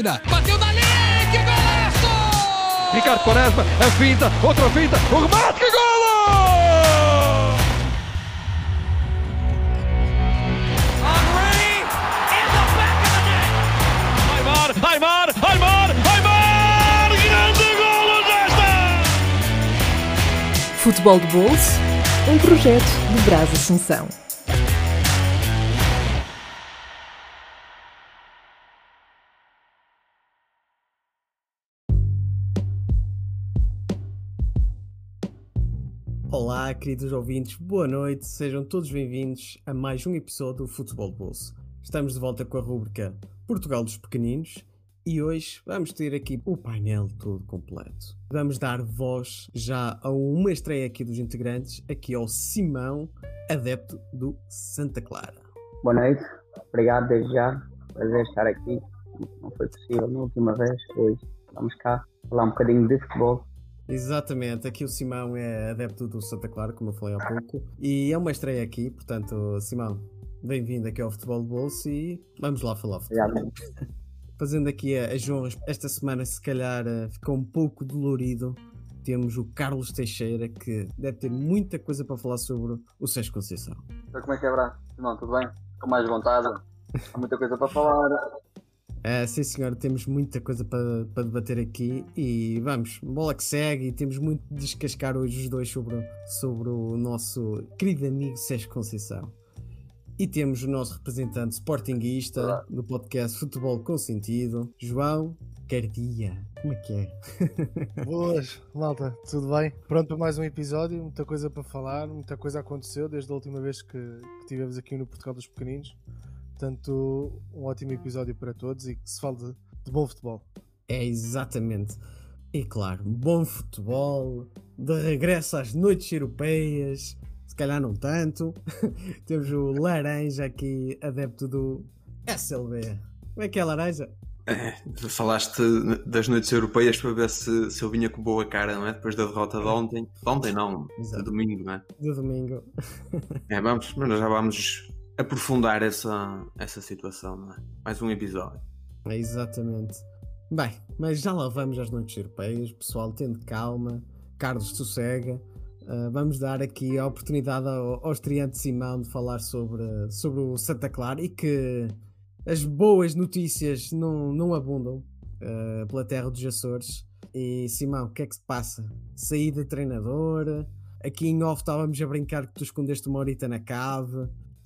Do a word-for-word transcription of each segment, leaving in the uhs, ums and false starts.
Argentina. Bateu dali, que golaço! Ricardo Quaresma, a finta, outra finta, o remate, que golo! Henry in the back of the net. Aimar, Aimar, Aimar, Aimar! Grande golo desta! Futebol de Bolso, um projeto de Brás Assunção. Olá, queridos ouvintes, boa noite, sejam todos bem-vindos a mais um episódio do Futebol de Bolso. Estamos de volta com a rúbrica Portugal dos Pequeninos e hoje vamos ter aqui o painel todo completo. Vamos dar voz já a uma estreia aqui dos integrantes, aqui ao Simão, adepto do Santa Clara. Boa noite, obrigado desde já, prazer estar aqui, não foi possível na última vez, hoje vamos cá falar um bocadinho de futebol. Exatamente, aqui o Simão é adepto do Santa Clara, como eu falei há pouco, e é uma estreia aqui, portanto, Simão, bem-vindo aqui ao Futebol de Bolso e vamos lá falar futebol. Obrigado. Fazendo aqui as honras, esta semana se calhar ficou um pouco dolorido, temos o Carlos Teixeira, que deve ter muita coisa para falar sobre o Sérgio Conceição. Como é que é, Brás? Não, tudo bem? Com mais vontade, há muita coisa para falar. Uh, sim senhor, temos muita coisa para, para debater aqui e vamos, bola que segue e temos muito de descascar hoje os dois sobre, sobre o nosso querido amigo Sérgio Conceição. E temos o nosso representante sportinguista Olá. do podcast Futebol com Sentido, João Cardia. Como é que é? Boas, malta, tudo bem? Pronto para mais um episódio, muita coisa para falar, muita coisa aconteceu desde a última vez que, que tivemos aqui no Portugal dos Pequeninos. Portanto, um ótimo episódio para todos e que se fale de, de bom futebol. É, exatamente. E claro, bom futebol, de regresso às noites europeias, se calhar não tanto. Temos o Laranja aqui, adepto do S L B. Como é que é, Laranja? É, falaste das noites europeias para ver se, se eu vinha com boa cara, não é? Depois da derrota de ontem. De ontem não, Exato. de domingo, não é? De domingo. É, vamos, mas já vamos aprofundar essa, essa situação, não é? Mais um episódio. É, exatamente. Bem, mas já lá vamos às noites europeias, pessoal, tendo calma, Carlos sossega. Uh, vamos dar aqui a oportunidade ao, ao estreante Simão de falar sobre, sobre o Santa Clara e que as boas notícias não, não abundam uh, pela terra dos Açores. E Simão, o que é que se passa? Saída de treinador, aqui em off estávamos a brincar que tu escondeste uma horita na cave.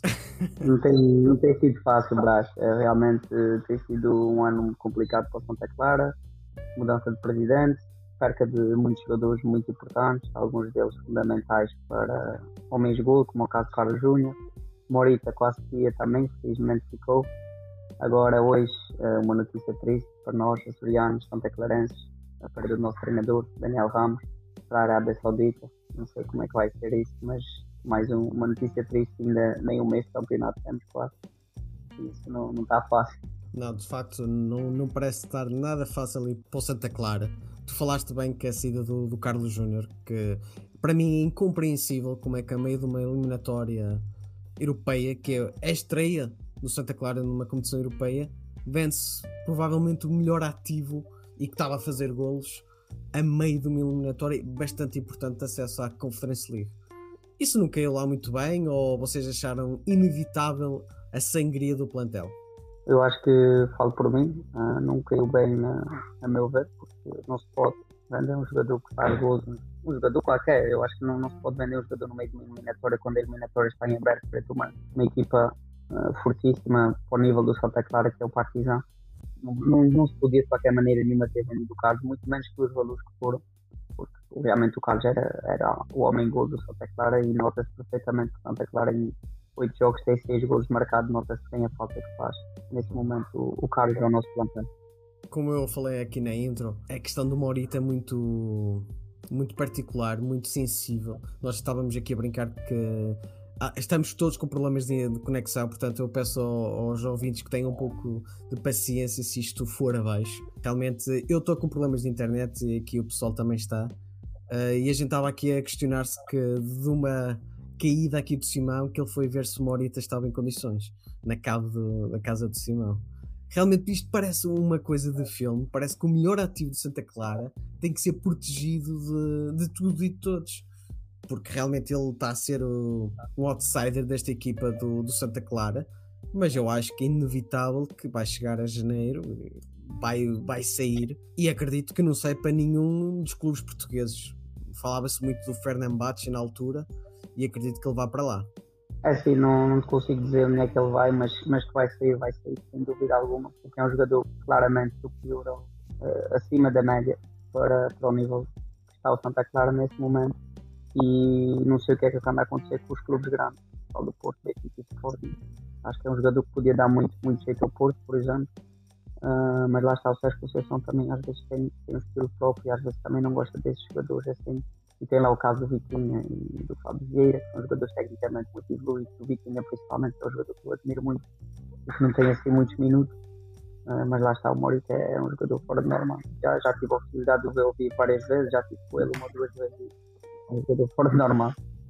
Não tem, não tem sido fácil, Brás. É, realmente tem sido um ano muito complicado para o Santa Clara, mudança de presidente, perca de muitos jogadores muito importantes, alguns deles fundamentais para homens de gol, como o caso de Carlos Júnior. Morita quase que ia também, felizmente ficou. Agora hoje uma notícia triste para nós, açorianos, santa clarenses, a perda do nosso treinador, Daniel Ramos, para a Arábia Saudita. Não sei como é que vai ser isso, mas mais um, uma notícia triste, ainda nem um mês de campeonato temos quase. Isso não, não está fácil. Não, de facto, não, não parece estar nada fácil ali para o Santa Clara. Tu falaste bem que a saída do, do Carlos Júnior, que para mim é incompreensível como é que a meio de uma eliminatória europeia, que é a estreia do Santa Clara numa competição europeia, vence provavelmente o melhor ativo e que estava a fazer golos a meio de uma eliminatória bastante importante de acesso à Conference League. Isso não caiu lá muito bem ou vocês acharam inevitável a sangria do plantel? Eu acho que, falo por mim, uh, não caiu bem na, a meu ver, porque não se pode vender um jogador que faz gols, um jogador qualquer. Eu acho que não, não se pode vender um jogador no meio de uma eliminatória quando a eliminatória está em aberto para uma, uma equipa uh, fortíssima para o nível do Santa Clara, que é o Partizan. Não, não, não se podia de qualquer maneira nenhuma ter vendido o Carlos, muito menos que os valores que foram, porque obviamente o Carlos era, era o homem-gol do Santa Clara e nota-se perfeitamente que o Santa Clara em oito jogos tem seis golos marcados, nota-se que tem a falta que faz. Nesse momento o, o Carlos é o nosso plantel. Como eu falei aqui na intro, a questão do Morita é muito, muito particular, muito sensível. Nós estávamos aqui a brincar que ah, estamos todos com problemas de, de conexão, portanto eu peço ao, aos ouvintes que tenham um pouco de paciência se isto for abaixo. Realmente eu estou com problemas de internet e aqui o pessoal também está. Uh, e a gente estava aqui a questionar-se que de uma caída aqui do Simão, que ele foi ver se o Morita estava em condições na cave do, da casa do Simão. realmente isto parece uma coisa de filme, parece que o melhor ativo de Santa Clara tem que ser protegido de, de tudo e de todos, porque realmente ele está a ser o, o outsider desta equipa do, do Santa Clara, mas eu acho que é inevitável que vai chegar a janeiro, vai, vai sair, e acredito que não sai para nenhum dos clubes portugueses. Falava-se muito do Fenerbahçe na altura e acredito que ele vá para lá. É assim, não, não te consigo dizer onde é que ele vai, mas, mas que vai sair, vai sair sem dúvida alguma, porque é um jogador claramente superior ao, uh, acima da média para, para o nível que está o Santa Clara nesse momento, e não sei o que é que anda a acontecer com os clubes grandes, o do Porto, Benfica e Sporting. Acho que é um jogador que podia dar muito, muito jeito ao Porto, por exemplo, uh, mas lá está o Sérgio Conceição também, às vezes tem, tem um estilo próprio e às vezes também não gosta desses jogadores assim. E tem lá o caso do Vitinha e do Fábio Vieira, que são jogadores tecnicamente muito evoluídos. O Vitinha, principalmente, é um jogador que eu admiro muito, e que não tem assim muitos minutos, uh, mas lá está o Mori, que é um jogador fora de normal. Já, já tive a oportunidade de o ver ouvir várias vezes, já tive com ele uma ou duas vezes. É um jogador fora de normal.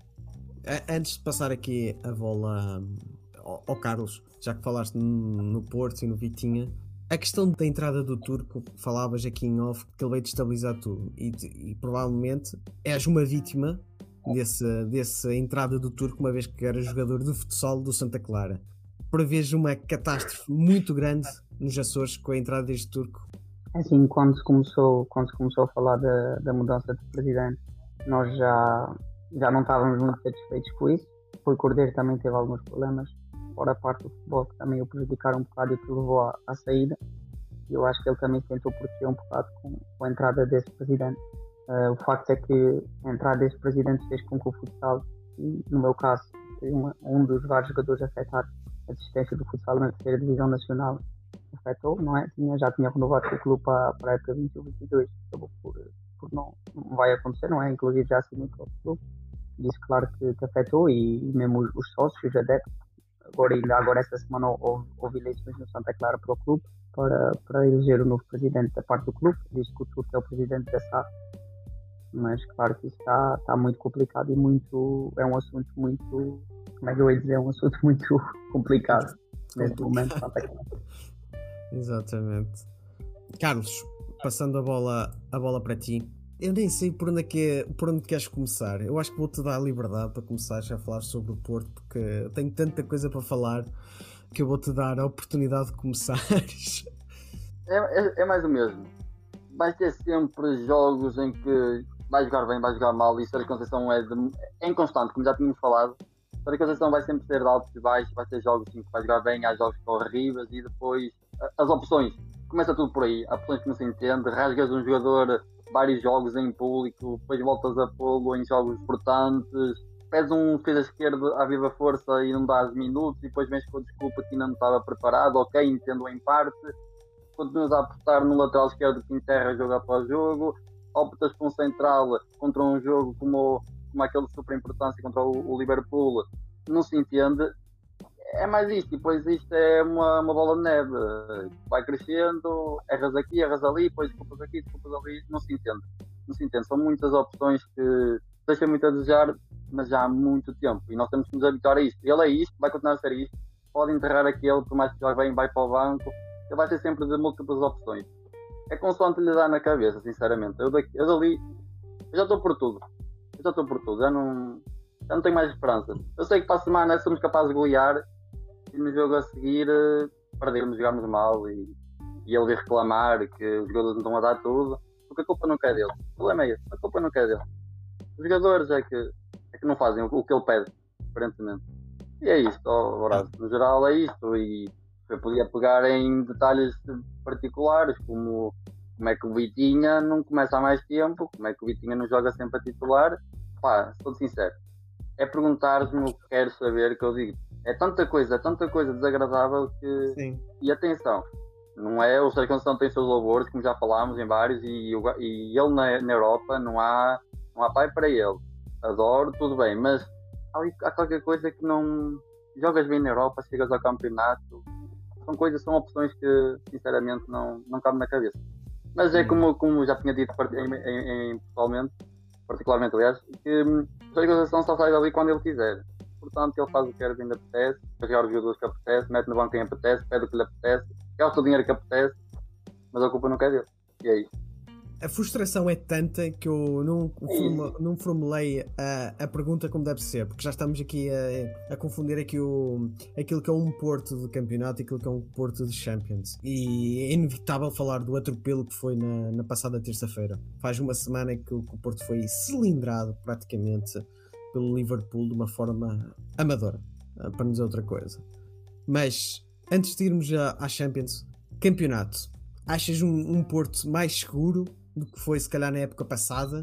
Antes de passar aqui a bola ao, ao Carlos, já que falaste no, no Porto e no Vitinha, a questão da entrada do Turco, falavas aqui em off, que ele veio destabilizar tudo, e, e provavelmente és uma vítima desse, dessa entrada do Turco, uma vez que era jogador de futsal do Santa Clara. Prevês uma catástrofe muito grande nos Açores com a entrada deste Turco? Assim, quando se começou, quando se começou a falar da, da mudança de presidente, nós já, já não estávamos muito satisfeitos com isso. O Rui Cordeiro também teve alguns problemas, fora a parte do futebol, que também o prejudicaram um bocado e que levou à, à saída. E eu acho que ele também tentou proteger um bocado com, com a entrada desse presidente. Uh, o facto é que a entrada desse presidente fez com que o futsal, e no meu caso, uma, um dos vários jogadores afetados, a existência do futsal na terceira divisão nacional, afetou, não é? Tinha, já tinha renovado com o clube para, para a época vinte e um vinte e dois, acabou por, por não, não vai acontecer, não é? Inclusive já assinou com o clube. Isso, claro, que, que afetou, e, e mesmo os, os sócios, os adeptos. Agora, ainda agora esta semana houve, houve eleições no Santa Clara para o clube, para, para eleger o novo presidente da parte do clube, visto que o Turco é o presidente da S A F. Mas claro que isso está, está muito complicado e muito, é um assunto muito, como é que eu ia dizer, é um assunto muito complicado neste momento. Santa Clara. Exatamente. Carlos, passando a bola, a bola para ti, eu nem sei por onde, é que é, por onde queres começar. Eu acho que vou-te dar a liberdade para começares a falar sobre o Porto, porque eu tenho tanta coisa para falar que eu vou-te dar a oportunidade de começares. É, é, é mais o mesmo. Vai ter sempre jogos em que vai jogar bem, vai jogar mal, e a Sérgio Conceição é, de, é inconstante, como já tínhamos falado. A Sérgio Conceição vai sempre ser de altos e baixos, vai ter jogos em que vai jogar bem, há jogos horríveis, e depois as opções. Começa tudo por aí. Há opções que não se entende, rasgas um jogador vários jogos em público, depois voltas a pô-lo em jogos importantes, pedes um defesa esquerdo à viva força e não dás minutos, e depois vens com a desculpa que ainda não estava preparado. Ok, entendo em parte. Continuas a apostar no lateral esquerdo que enterra jogo após jogo, optas por um central contra um jogo como, como aquele de super importância contra o, o Liverpool, não se entende. É mais isto, e depois isto é uma, uma bola de neve, vai crescendo, erras aqui, erras ali, depois desculpas aqui, desculpas ali, não se entende, não se entende, são muitas opções que deixam muito a desejar, mas já há muito tempo, e nós temos que nos habituar a isto. Ele é isto, vai continuar a ser isto, pode enterrar aquele, por mais que jogue bem, vai para o banco, ele vai ter sempre de múltiplas opções. É consoante lhe dar na cabeça, sinceramente. Eu, daqui, eu dali, eu já estou por tudo, eu já estou por tudo, já não, já não tenho mais esperança. Eu sei que para a semana somos capazes de golear, e no jogo a seguir perdermos, jogarmos mal, e, e ele vir reclamar que os jogadores não estão a dar tudo, porque a culpa não quer dele. O problema é esse, a culpa não quer dele. Os jogadores é que, é que não fazem o, o que ele pede, aparentemente. E é isto, oh, Horácio. No geral é isto, e eu podia pegar em detalhes particulares, como como é que o Vitinha não começa há mais tempo, como é que o Vitinha não joga sempre a titular. Pá, sou sincero, é perguntar-me o que quero saber que eu digo. É tanta coisa, é tanta coisa desagradável que... Sim. E atenção, não é, o Sérgio Conceição tem seus louvores, como já falámos em vários, e, e ele na, na Europa não há, não há pai para ele. Adoro, tudo bem, mas há, há qualquer coisa que não... Jogas bem na Europa, chegas ao campeonato, são coisas, são opções que sinceramente não, não cabem na cabeça. Mas é como, como já tinha dito em, em, em, pessoalmente, particularmente aliás, que o Sérgio Conceição só sai dali quando ele quiser. Portanto, ele faz o que quer, ainda apetece, carregar os jogadores que apetece, mete no banco quem apetece, pede o que lhe apetece, gasta o dinheiro que apetece, mas a culpa não é dele. E é isso. A frustração é tanta que eu não, formu, não formulei a, a pergunta como deve ser, porque já estamos aqui a, a confundir aqui o, aquilo que é um Porto de campeonato e aquilo que é um Porto de Champions. E é inevitável falar do atropelo que foi na, na passada terça-feira. Faz uma semana que o, que o Porto foi cilindrado praticamente pelo Liverpool de uma forma amadora, para não dizer outra coisa. Mas antes de irmos à Champions, campeonato, achas um, um Porto mais seguro do que foi se calhar na época passada,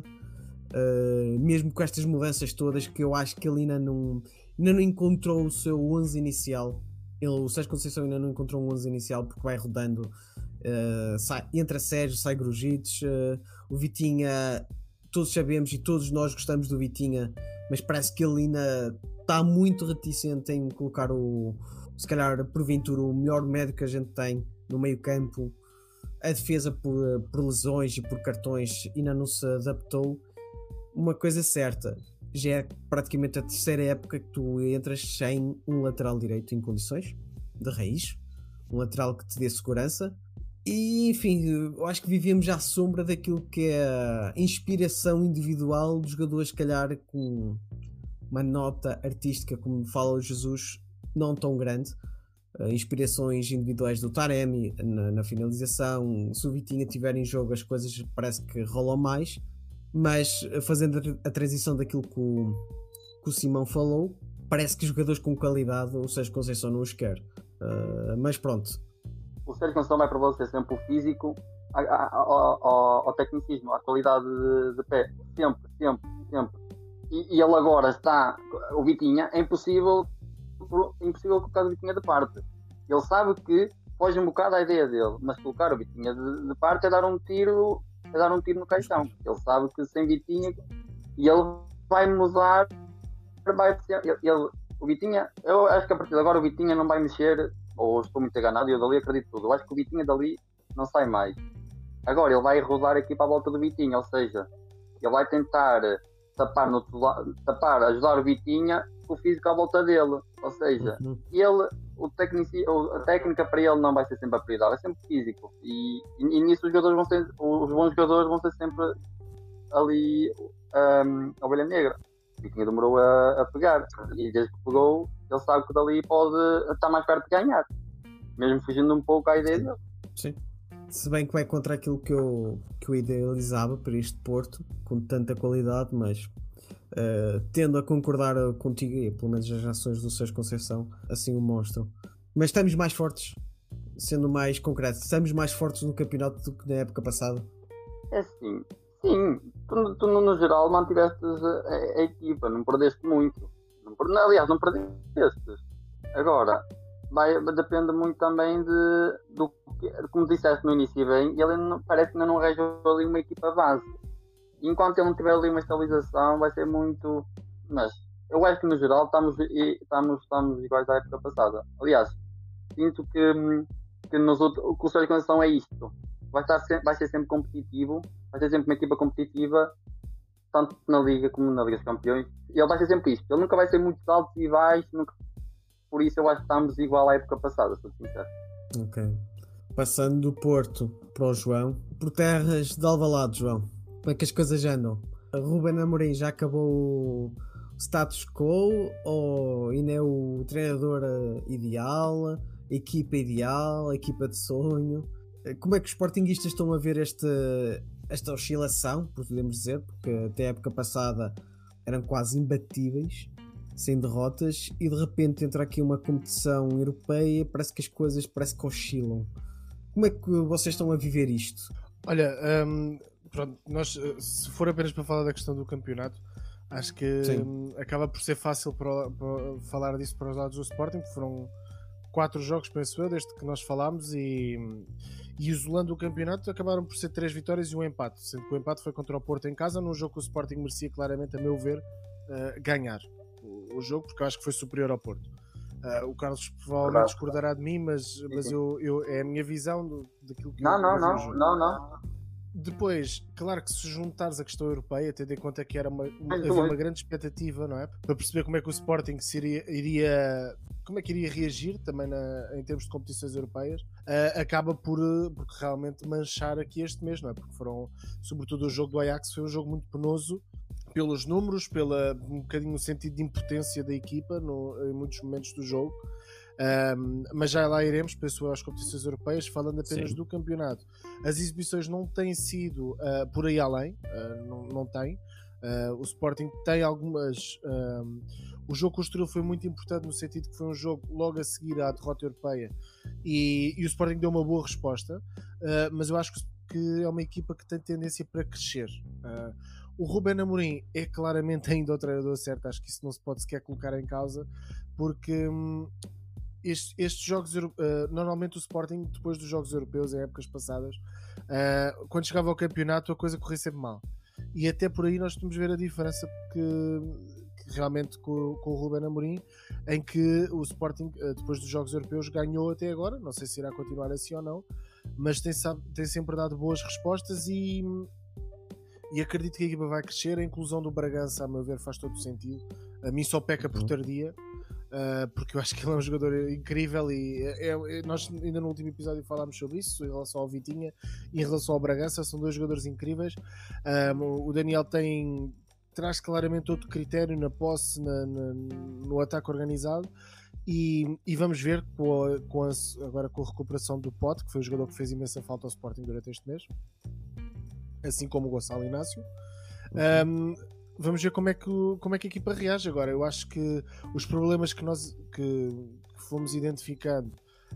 uh, mesmo com estas mudanças todas, que eu acho que ele ainda não, ainda não encontrou o seu onze inicial. Ele, o Sérgio Conceição ainda não encontrou um onze inicial, porque vai rodando, uh, sai, entra Sérgio, sai Grujitos, uh, o Vitinha, todos sabemos e todos nós gostamos do Vitinha, mas parece que ele ainda está muito reticente em colocar o, se calhar porventura o melhor médio que a gente tem no meio campo. A defesa por, por lesões e por cartões ainda não se adaptou. Uma coisa certa, já é praticamente a terceira época que tu entras sem um lateral direito em condições, de raiz, um lateral que te dê segurança. E enfim, eu acho que vivíamos à sombra daquilo que é a inspiração individual dos jogadores, se calhar com uma nota artística, como fala o Jesus, não tão grande. Uh, inspirações individuais do Taremi na, na finalização. Se o Vitinha tiver em jogo, as coisas parece que rolam mais, mas uh, fazendo a, a transição daquilo que o, que o Simão falou, parece que jogadores com qualidade o Sérgio Conceição não os quer. Uh, mas pronto, o Sérgio Conceição vai prevalecer sempre o físico ao, ao, ao tecnicismo, à qualidade de, de pé, sempre, sempre, sempre. E, e ele agora está, o Vitinha, é impossível impossível colocar o Vitinha de parte. Ele sabe que foge um bocado à ideia dele, mas colocar o Vitinha de, de parte é dar um tiro é dar um tiro no caixão. Ele sabe que sem Vitinha, e ele vai mudar, vai ele, ele, o Vitinha, eu acho que a partir de agora o Vitinha não vai mexer, ou estou muito enganado, e eu dali acredito tudo. Eu acho que o Vitinha dali não sai mais. Agora ele vai rodar aqui para a volta do Vitinha, ou seja, ele vai tentar tapar, no, tapar ajudar o Vitinha com o físico à volta dele, ou seja, uhum. ele, o tecnici, a técnica para ele não vai ser sempre a prioridade, vai sempre físico, e, e, e nisso os jogadores vão ser, os bons jogadores vão ser sempre ali um, a ovelha negra. O Vitinha demorou a, a pegar, e desde que pegou, ele sabe que dali pode estar mais perto de ganhar, mesmo fugindo um pouco à ideia dele. Sim. Se bem que vai contra aquilo que eu, que eu idealizava para este Porto, com tanta qualidade, mas uh, tendo a concordar contigo, e pelo menos as ações do Sérgio Conceição assim o mostram. Mas estamos mais fortes, sendo mais concretos, estamos mais fortes no campeonato do que na época passada? É sim, sim. Tu, tu no geral mantiveste a, a equipa, não perdeste muito. Não, aliás, não perdeste. Agora, vai, depende muito também de, do que, como disseste no início bem, ele não, parece que ainda não arranjou ali uma equipa base. E enquanto ele não tiver ali uma estabilização, vai ser muito. Mas eu acho que no geral estamos, estamos, estamos iguais à época passada. Aliás, sinto que, que, nos outros, que o Sérgio Conceição é isto. Vai, estar sempre, vai ser sempre competitivo, vai ser sempre uma equipa competitiva, tanto na Liga como na Liga dos Campeões. E ele vai ser sempre isto. Ele nunca vai ser muito altos e baixos, nunca. Por isso eu acho que estamos igual à época passada, sou sincero. Ok. Passando do Porto para o João, por terras de Alvalade, João, como é que as coisas andam? A Ruben Amorim já acabou o status quo ou ainda é o treinador ideal, a equipa ideal, a equipa de sonho? Como é que os sportinguistas estão a ver este, esta oscilação, podemos dizer, porque até a época passada eram quase imbatíveis, sem derrotas, e de repente entra aqui uma competição europeia, parece que as coisas parece que oscilam. Como é que vocês estão a viver isto? Olha, um, pronto, nós, se for apenas para falar da questão do campeonato, acho que um, acaba por ser fácil para, para falar disso para os lados do Sporting, porque foram quatro jogos, penso eu, desde que nós falámos, e, e isolando o campeonato acabaram por ser três vitórias e um empate, sendo que o empate foi contra o Porto em casa, num jogo que o Sporting merecia claramente, a meu ver, uh, ganhar o jogo, porque eu acho que foi superior ao Porto. Uh, o Carlos provavelmente discordará de mim, mas, mas eu, eu, é a minha visão do, daquilo que não, eu não, vi no não, jogo. não, não. depois, claro que se juntares a questão europeia, tendo em conta que era uma, uma, havia uma grande expectativa, não é? Para perceber como é que o Sporting se iria, iria como é que iria reagir também na, em termos de competições europeias, uh, acaba por, por realmente manchar aqui este mês, não é? Porque foram, sobretudo o jogo do Ajax, foi um jogo muito penoso pelos números, pela um bocadinho o sentido de impotência da equipa no, em muitos momentos do jogo. Um, mas já lá iremos, penso, às competições europeias, falando apenas Sim. do campeonato. As exibições não têm sido uh, por aí além, uh, não, não tem. Uh, o Sporting tem algumas. Um, o jogo com o Estoril foi muito importante no sentido que foi um jogo logo a seguir à derrota europeia e, e o Sporting deu uma boa resposta, uh, mas eu acho que é uma equipa que tem tendência para crescer. Uh, o Ruben Amorim é claramente ainda o treinador certo, acho que isso não se pode sequer colocar em causa, porque. Um, Estes, estes jogos, uh, normalmente o Sporting, depois dos jogos europeus, em épocas passadas, uh, quando chegava ao campeonato, a coisa corria sempre mal. E até por aí nós temos ver a diferença que, que realmente com, com o Ruben Amorim, em que o Sporting, uh, depois dos jogos europeus, ganhou até agora. Não sei se irá continuar assim ou não, mas tem, tem sempre dado boas respostas e, e acredito que a equipa vai crescer. A inclusão do Bragança, a meu ver, faz todo o sentido. A mim só peca por tardia. Uh, porque eu acho que ele é um jogador incrível e é, é, nós ainda no último episódio falámos sobre isso em relação ao Vitinha e em relação ao Bragança, são dois jogadores incríveis. Um, o Daniel tem traz claramente outro critério na posse, na, na, no ataque organizado e, e vamos ver com a, com a, agora com a recuperação do Pote, que foi o jogador que fez imensa falta ao Sporting durante este mês, assim como o Gonçalo Inácio. um, Vamos ver como é, que, como é que a equipa reage agora. Eu acho que os problemas que nós que, que fomos identificando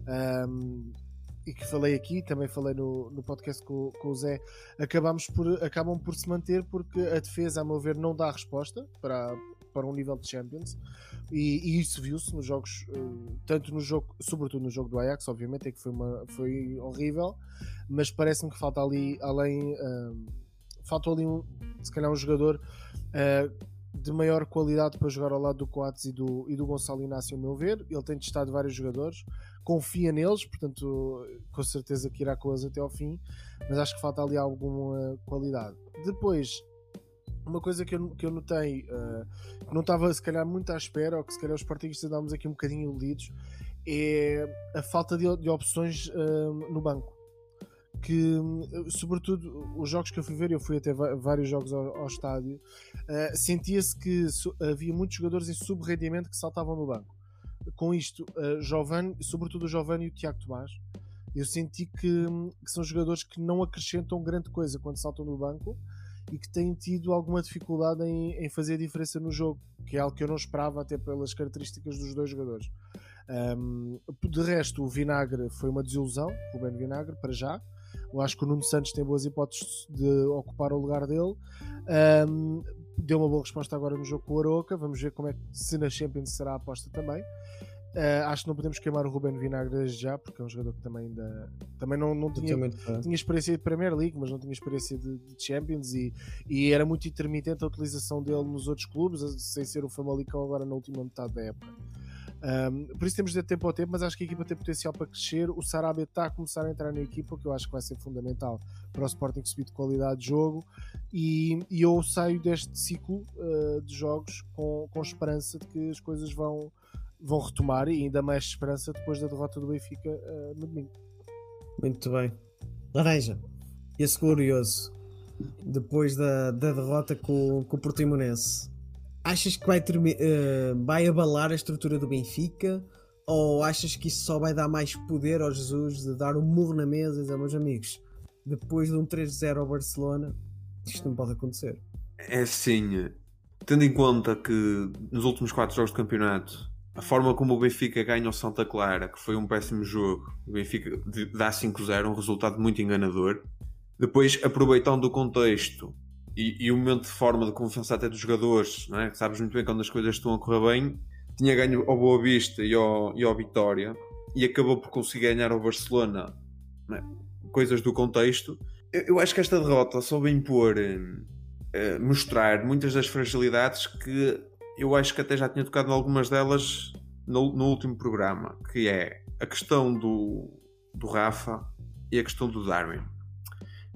um, e que falei aqui, também falei no, no podcast com, com o Zé, acabamos por, acabam por se manter porque a defesa, a meu ver, não dá resposta para, para um nível de Champions e, e isso viu-se nos jogos, tanto no jogo, sobretudo no jogo do Ajax, obviamente, é que foi, uma, foi horrível, mas parece-me que falta ali, além... Um, faltou ali, um, se calhar, um jogador uh, de maior qualidade para jogar ao lado do Coates e do, e do Gonçalo Inácio, a meu ver. Ele tem testado vários jogadores, confia neles, portanto, com certeza que irá com eles até ao fim, mas acho que falta ali alguma qualidade. Depois, uma coisa que eu, que eu notei, uh, que não estava, se calhar, muito à espera, ou que se calhar os sportinguistas andámos aqui um bocadinho iludidos, é a falta de, de opções uh, no banco. Que, sobretudo, os jogos que eu fui ver, eu fui até vários jogos ao, ao estádio, uh, sentia-se que su- havia muitos jogadores em sub-rendimento que saltavam no banco. Com isto, uh, Giovani, sobretudo o Giovani e o Tiago Tomás, eu senti que, que são jogadores que não acrescentam grande coisa quando saltam no banco e que têm tido alguma dificuldade em, em fazer a diferença no jogo, que é algo que eu não esperava, até pelas características dos dois jogadores. Um, de resto, o Vinagre foi uma desilusão, o Ruben Vinagre, para já. Eu acho que o Nuno Santos tem boas hipóteses de ocupar o lugar dele. Um, deu uma boa resposta agora no jogo com o Aroca. Vamos ver como é que, se na Champions será a aposta também. Uh, acho que não podemos queimar o Ruben Vinagre desde já, porque é um jogador que também ainda também não, não tinha, tinha experiência de Premier League, mas não tinha experiência de, de Champions e, e era muito intermitente a utilização dele nos outros clubes, sem ser o Famalicão agora na última metade da época. Um, por isso temos de ter tempo ao tempo, mas acho que a equipa tem potencial para crescer. O Sarabia está a começar a entrar na equipa, o que eu acho que vai ser fundamental para o Sporting subir de qualidade de jogo, e, e eu saio deste ciclo uh, de jogos com, com esperança de que as coisas vão, vão retomar, e ainda mais esperança depois da derrota do Benfica uh, no domingo. Muito bem. Laranja, esse glorioso, depois da, da derrota com, com o Portimonense, achas que vai, termi- uh, vai abalar a estrutura do Benfica, ou achas que isso só vai dar mais poder ao Jesus de dar um murro na mesa e dizer, meus amigos, depois de um três zero ao Barcelona, isto não pode acontecer? É assim, tendo em conta que nos últimos quatro jogos de campeonato, a forma como o Benfica ganha o Santa Clara, que foi um péssimo jogo, o Benfica dá cinco zero, um resultado muito enganador. Depois, aproveitando o contexto E, e o momento de forma de confiança até dos jogadores, não é? Sabes muito bem quando as coisas estão a correr bem, tinha ganho ao Boa Vista e ao, e ao Vitória e acabou por conseguir ganhar ao Barcelona, não é? Coisas do contexto. Eu, eu acho que esta derrota soube impor, eh, mostrar muitas das fragilidades que eu acho que até já tinha tocado em algumas delas no, no último programa, que é a questão do, do Rafa e a questão do Darwin.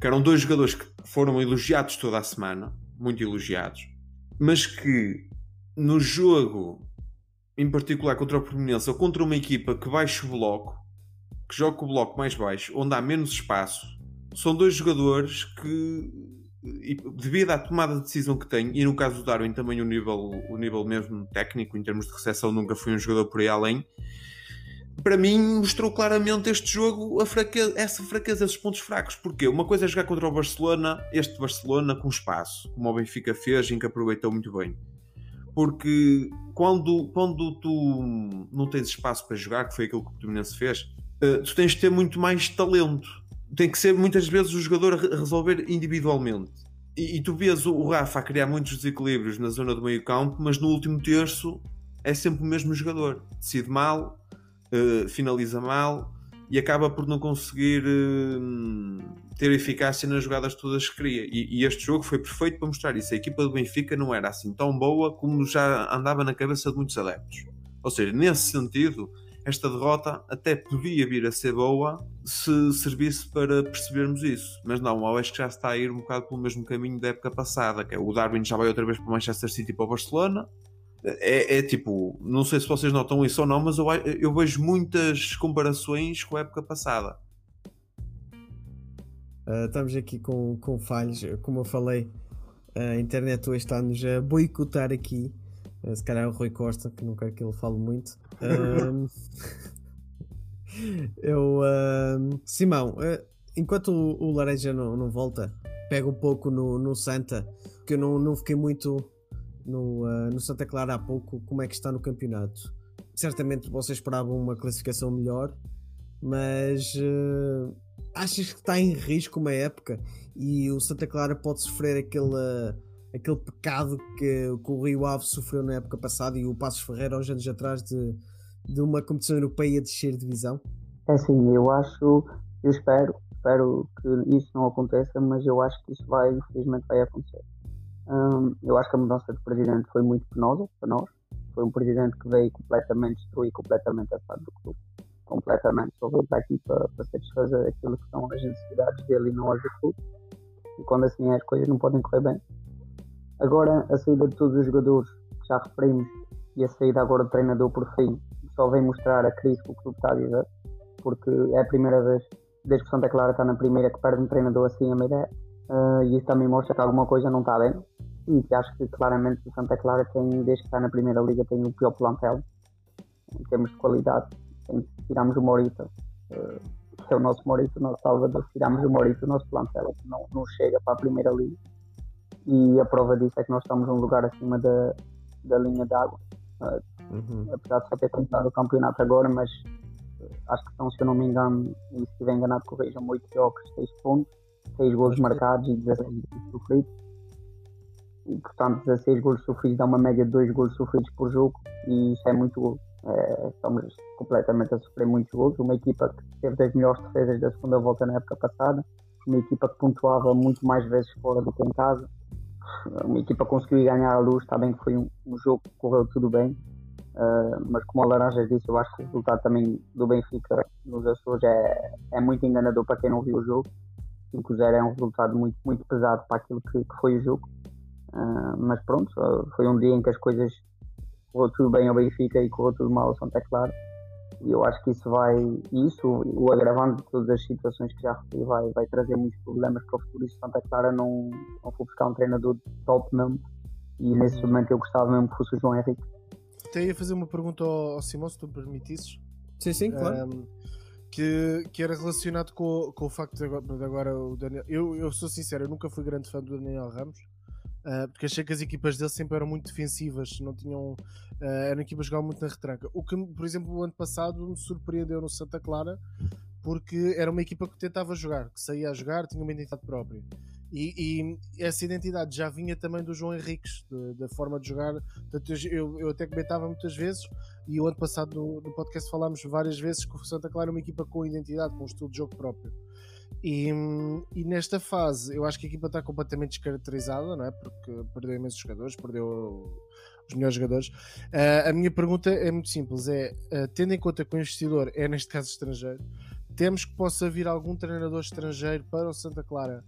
que eram dois jogadores que foram elogiados toda a semana, muito elogiados, mas que no jogo, em particular contra o Portimonense, ou contra uma equipa que baixa o bloco, que joga com o bloco mais baixo, onde há menos espaço, são dois jogadores que, devido à tomada de decisão que têm, e no caso do Darwin também o nível, o nível mesmo técnico, em termos de recepção, nunca foi um jogador por aí além, para mim mostrou claramente este jogo a fraqueza, essa fraqueza, esses pontos fracos. Porque uma coisa é jogar contra o Barcelona, este Barcelona com espaço, como o Benfica fez, em que aproveitou muito bem. Porque quando, quando tu não tens espaço para jogar, que foi aquilo que o Portimonense fez, tu tens de ter muito mais talento. Tem que ser muitas vezes o jogador a resolver individualmente. E, e tu vês o Rafa a criar muitos desequilíbrios na zona do meio campo, mas no último terço é sempre o mesmo jogador. Decide mal, Uh, finaliza mal e acaba por não conseguir uh, ter eficácia nas jogadas todas que queria. E, e este jogo foi perfeito para mostrar isso. A equipa do Benfica não era assim tão boa como já andava na cabeça de muitos adeptos. Ou seja, nesse sentido, esta derrota até podia vir a ser boa se servisse para percebermos isso. Mas não, eu acho que já está a ir um bocado pelo mesmo caminho da época passada, que é o Darwin já vai outra vez para o Manchester City e para o Barcelona. É, é tipo, não sei se vocês notam isso ou não, mas eu, eu vejo muitas comparações com a época passada. Uh, estamos aqui com, com falhos, como eu falei, a internet hoje está-nos a boicotar aqui. Uh, se calhar é o Rui Costa, que não quero que ele fale muito. Uh, eu, uh, Simão, uh, enquanto o, o Laranja não, não volta, pega um pouco no, no Santa, que eu não, não fiquei muito. No, uh, no Santa Clara há pouco, como é que está no campeonato? Certamente vocês esperavam uma classificação melhor, mas uh, achas que está em risco uma época e o Santa Clara pode sofrer aquele, uh, aquele pecado que, que o Rio Ave sofreu na época passada e o Passos Ferreira aos anos atrás de, de uma competição europeia descer divisão? É assim, eu acho, eu espero, espero que isso não aconteça, mas eu acho que isso vai, infelizmente vai acontecer. Um, eu acho que a mudança de presidente foi muito penosa para nós. Foi um presidente que veio completamente destruir completamente a fase do clube. Completamente. Só veio para aqui para, para satisfazer aquilo que são as necessidades dele e não as do clube. E quando assim é, as coisas não podem correr bem. Agora, a saída de todos os jogadores que já referimos e a saída agora do treinador por fim só vem mostrar a crise que o clube está a viver. Porque é a primeira vez, desde que o Santa Clara está na primeira, que perde um treinador assim a meia ideia. Uh, e isso também mostra que alguma coisa não está bem. E que acho que claramente o Santa Clara tem, desde que está na primeira liga, tem o pior plantel em termos de qualidade. Tem, tiramos o Morita, uh, que é o nosso Morita, o nosso Salvador, tiramos o Morita, o nosso plantel não, não chega para a primeira liga. E a prova disso é que nós estamos num lugar acima da, da linha d'água. Uh, uhum. Apesar de só ter começado o campeonato agora, mas uh, acho que são, se eu não me engano, e se estiver enganado, corrijam oito jogos, seis pontos. seis golos marcados e dezasseis golos sofridos. E, portanto, dezasseis golos sofridos dá uma média de dois golos sofridos por jogo e isso é muito golo. É, estamos completamente a sofrer muitos golos. Uma equipa que teve das melhores defesas da segunda volta na época passada, uma equipa que pontuava muito mais vezes fora do que em casa, uma equipa que conseguiu ganhar a Luz. Está bem que foi um, um jogo que correu tudo bem, uh, mas como o Laranjas disse, eu acho que o resultado também do Benfica nos Açores é, é muito enganador para quem não viu o jogo. cinco a zero é um resultado muito, muito pesado para aquilo que, que foi o jogo, uh, mas pronto, foi um dia em que as coisas correu tudo bem ao Benfica e correu tudo mal ao Santa Clara, e eu acho que isso vai, isso, o agravando de todas as situações que já referi, vai, vai trazer muitos problemas para o futuro. E se Santa Clara não, não for buscar um treinador top mesmo, e nesse momento eu gostava mesmo que fosse o João Henrique. Até ia fazer uma pergunta ao, ao Simão, se tu me permitisses. Sim, sim, claro. Um, Que, que era relacionado com, com o facto de agora, de agora o Daniel. Eu, eu sou sincero, eu nunca fui grande fã do Daniel Ramos, uh, porque achei que as equipas dele sempre eram muito defensivas, não tinham, uh, eram equipas que jogavam muito na retranca. O que, por exemplo, o ano passado me surpreendeu no Santa Clara, porque era uma equipa que tentava jogar, que saía a jogar, tinha uma identidade própria. E, e essa identidade já vinha também do João Henriques, de, da forma de jogar. Eu, eu até comentava muitas vezes, e o ano passado no, no podcast falámos várias vezes que o Santa Clara é uma equipa com identidade, com um estilo de jogo próprio. E, e nesta fase eu acho que a equipa está completamente descaracterizada, não é? Porque perdeu imensos jogadores, perdeu os melhores jogadores. Uh, a minha pergunta é muito simples, é, uh, tendo em conta que o investidor é neste caso estrangeiro, temos que possa vir algum treinador estrangeiro para o Santa Clara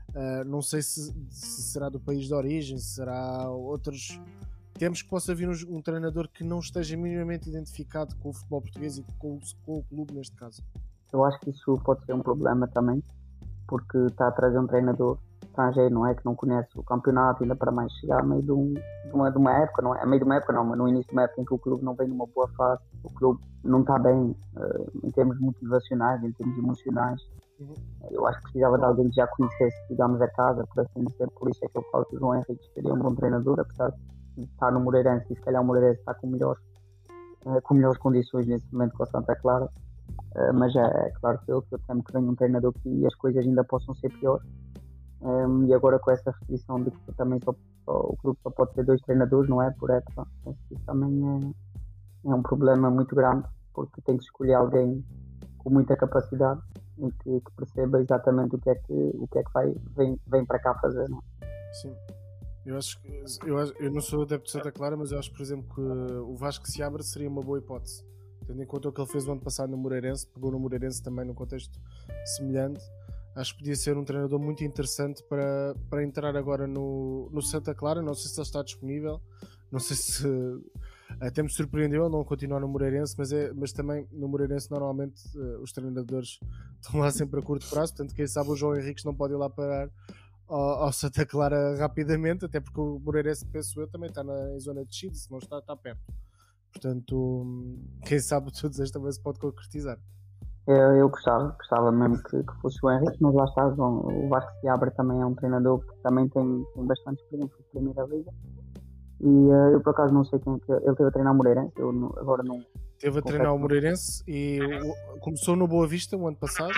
Uh, não sei se, se será do país de origem, se será outros. Temos que possa vir um, um treinador que não esteja minimamente identificado com o futebol português e com, com o clube neste caso. Eu acho que isso pode ser um problema também, porque está a trazer um treinador estrangeiro, não é? Que não conhece o campeonato, ainda para mais chegar a meio de, um, de, uma, de uma época, não é? A meio de uma época não, mas no início de uma época em que o clube não vem numa boa fase, o clube não está bem uh, em termos motivacionais, em termos emocionais. Uhum. Eu acho que precisava de alguém que já conhecesse, digamos, a casa, por assim dizer. Por isso é que eu falo que o João Henrique seria um bom treinador, apesar de estar no Moreirense, e se calhar o Moreirense está com melhores, uh, com melhores condições nesse momento com a Santa Clara. Uh, mas é, é claro que eu, que eu temo que venha um treinador aqui e as coisas ainda possam ser piores. Um, e agora com essa restrição de que também só, só, o clube só pode ter dois treinadores, não é? Por época, isso também é, é um problema muito grande, porque tem que escolher alguém com muita capacidade e que, que perceba exatamente o que é que, o que, é que vai, vem, vem para cá fazer, não é? Sim. Eu acho que eu, acho, eu não sou adepto de Santa Clara, mas eu acho, por exemplo, que o Vasco Seabra seria uma boa hipótese, tendo em conta o que ele fez o ano passado no Moreirense, pegou no Moreirense também num contexto semelhante. Acho que podia ser um treinador muito interessante para, para entrar agora no, no Santa Clara. Não sei se ele está disponível, não sei se até me surpreendeu ele não continuar no Moreirense, mas, é, mas também no Moreirense normalmente uh, os treinadores estão lá sempre a curto prazo, portanto quem sabe o João Henriques não pode ir lá parar ao, ao Santa Clara rapidamente, até porque o Moreirense, penso eu, também está na, em zona de descida, se não está, está perto. Portanto, quem sabe tudo isto também se pode concretizar. Eu, eu gostava, gostava mesmo que, que fosse o Henrique, mas lá está, o Vasco Seabra também é um treinador que também tem, tem bastante experiência de Primeira Liga. E uh, eu por acaso não sei quem é que ele teve a treinar o Moreirense, eu não, agora não... Teve a treinar o Moreirense e o, começou no Boa Vista o ano passado,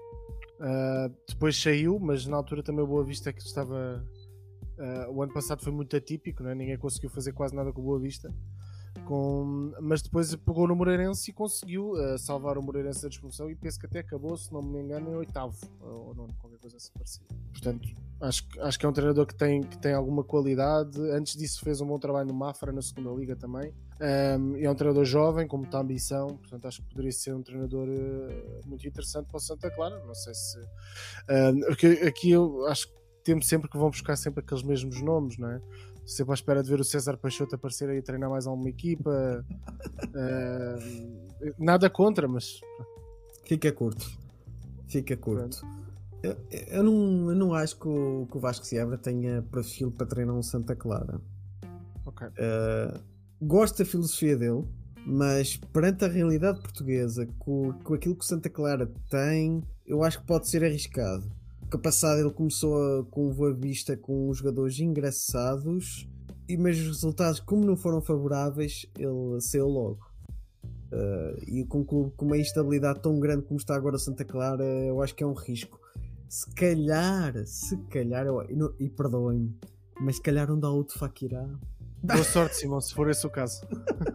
uh, depois saiu, mas na altura também o Boa Vista é que estava... Uh, o ano passado foi muito atípico, não é? Ninguém conseguiu fazer quase nada com o Boa Vista. Com, mas depois pegou no Moreirense e conseguiu uh, salvar o Moreirense da despromoção e penso que até acabou, se não me engano, em oitavo ou não, qualquer coisa assim parecida. Portanto, acho, acho que é um treinador que tem, que tem alguma qualidade. Antes disso fez um bom trabalho no Mafra, na segunda liga também. Um, é um treinador jovem, com muita ambição, portanto acho que poderia ser um treinador uh, muito interessante para o Santa Clara. Não sei se... Uh, aqui, aqui eu acho que temos sempre que vão buscar sempre aqueles mesmos nomes, não é? Sempre à espera de ver o César Peixoto aparecer aí a treinar mais alguma equipa. uh, nada contra, mas fica curto. Fica curto. Eu, eu, não, eu não acho que o, que o Vasco Seabra tenha perfil para treinar um Santa Clara. Okay. Uh, gosto da filosofia dele, mas perante a realidade portuguesa, com, com aquilo que o Santa Clara tem, eu acho que pode ser arriscado. Porque passado ele começou a, com o Boa Vista com os jogadores engraçados, e mas os resultados, como não foram favoráveis, ele saiu logo. Uh, e com um clube com uma instabilidade tão grande como está agora o Santa Clara, eu acho que é um risco. Se calhar, se calhar, eu, e, não, e perdoem-me, mas se calhar não dá outro Fakirá. Boa sorte, Simão, se for esse o caso.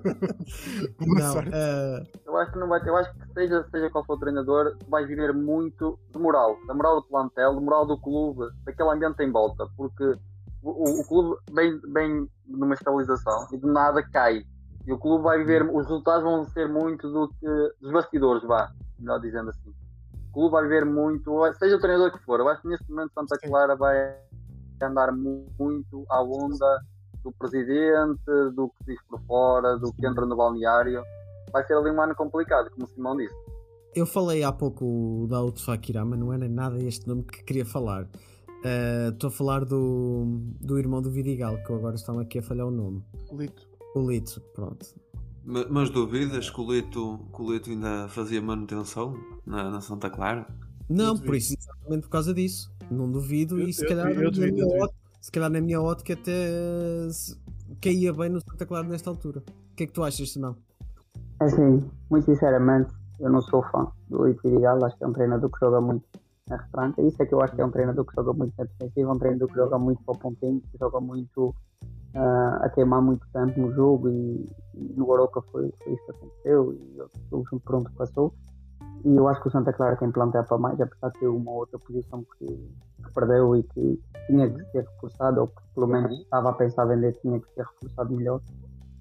Boa não, sorte. Uh... Eu acho que não vai ter, eu acho que seja, seja qual for o treinador, vai viver muito de moral, da moral do plantel, da moral do clube, daquele ambiente em volta, porque o, o, o clube vem, vem numa estabilização e de nada cai. E o clube vai viver, os resultados vão ser muito do que dos bastidores, vá, melhor dizendo assim. O clube vai viver muito, seja o treinador que for. Eu acho que neste momento Santa Clara vai andar muito à onda do presidente, do que diz por fora, do que entra no balneário. Vai ser ali um ano complicado, como o Simão disse. Eu falei há pouco da Auto Fakirá, mas não era nada este nome que queria falar. Estou uh, a falar do, do irmão do Vidigal, que agora estão aqui a falhar o nome. Lito. O Lito, pronto. Mas, mas duvidas que o Lito, que o Lito ainda fazia manutenção na, na Santa Clara? Não, por isso, exatamente por causa disso. Não duvido, eu, e se eu, calhar eu, eu duvido, na minha ótica, se calhar na minha ótica até caía bem no Santa Clara nesta altura. O que é que tu achas, Simão? Assim, muito sinceramente, eu não sou fã do Lito Vidigal. Acho que é um treinador que joga muito na retranca. Isso é que eu acho que é um treinador que joga muito na defensiva, um treinador que joga muito para o pontinho, que joga muito uh, a queimar muito tempo no jogo, e, e no Aroca foi, foi isso que aconteceu, e outros jogos por onde passou. E eu acho que o Santa Clara tem plantel para mais, apesar de ter uma outra posição que, que perdeu e que tinha que ser reforçado, ou que pelo menos estava a pensar vender, tinha que ser reforçado melhor.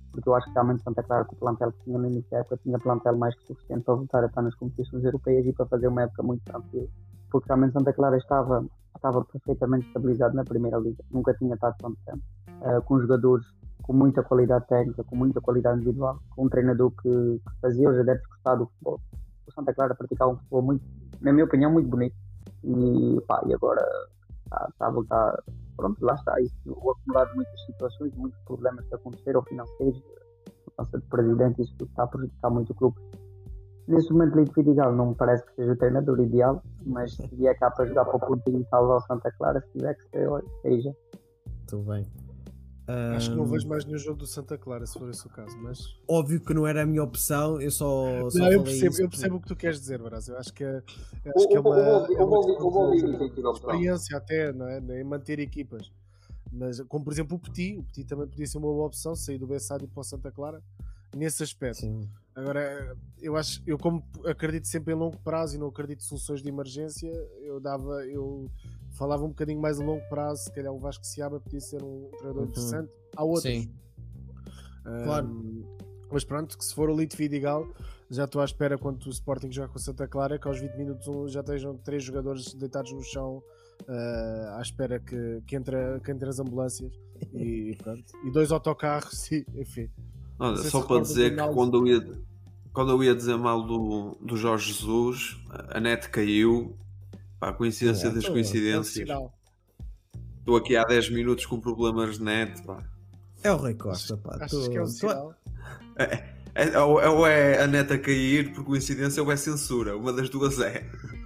porque eu acho que realmente Santa Clara, com o plantel que tinha no início da época, tinha plantel mais que suficiente para voltar a estar nas competições europeias e para fazer uma época muito tranquila, porque realmente Santa Clara estava, estava perfeitamente estabilizado na Primeira Liga, nunca tinha estado tanto tempo, uh, com jogadores com muita qualidade técnica, com muita qualidade individual, com um treinador que, que fazia os adeptos gostar do futebol. O Santa Clara praticava um futebol muito, na minha opinião, muito bonito, e, pá, e agora está, está a voltar. Pronto, lá está, isso, o acumulado de muitas situações, muitos problemas que aconteceram financeiros, a mudança de presidente, isso tudo está a prejudicar muito o clube. Neste momento, Lito Vidigal não me parece que seja o treinador ideal, mas se vier cá para jogar para o Portinho e salvar o Santa Clara, se tiver que ser, seja. Muito bem. Um... Acho que não vejo mais nenhum jogo do Santa Clara, se for esse o caso, mas... Óbvio que não era a minha opção, eu só, só não, eu, percebo, isso eu percebo o que tu queres dizer, Brás. Eu acho que é, acho que é uma, é uma experiência até, não é? Em manter equipas. Mas, como por exemplo o Petit, o Petit também podia ser uma boa opção, sair do Bessade para o Santa Clara, nesse aspecto. Sim. Agora, eu acho, eu como acredito sempre em longo prazo e não acredito em soluções de emergência, eu dava, eu falava um bocadinho mais a longo prazo, se calhar o Vasco Seabra podia ser um treinador uhum. interessante. Há outros. Sim. Um, claro. Mas pronto, que se for o Lito Vidigal, já estou à espera quando o Sporting jogar com o Santa Clara, que aos vinte minutos já estejam três jogadores deitados no chão uh, à espera que, que, entre, que entre as ambulâncias e pronto. E dois autocarros e enfim. Olha, só para dizer que quando eu ia, quando eu ia dizer mal do, do Jorge Jesus, a net caiu. Pá, coincidência é, das coincidências. Estou aqui há dez minutos com problemas de net. Pá. É o Rei Costa, pá. Achas tu, que é um tu... sinal? É, é, ou é a net a cair por coincidência ou é censura. Uma das duas é.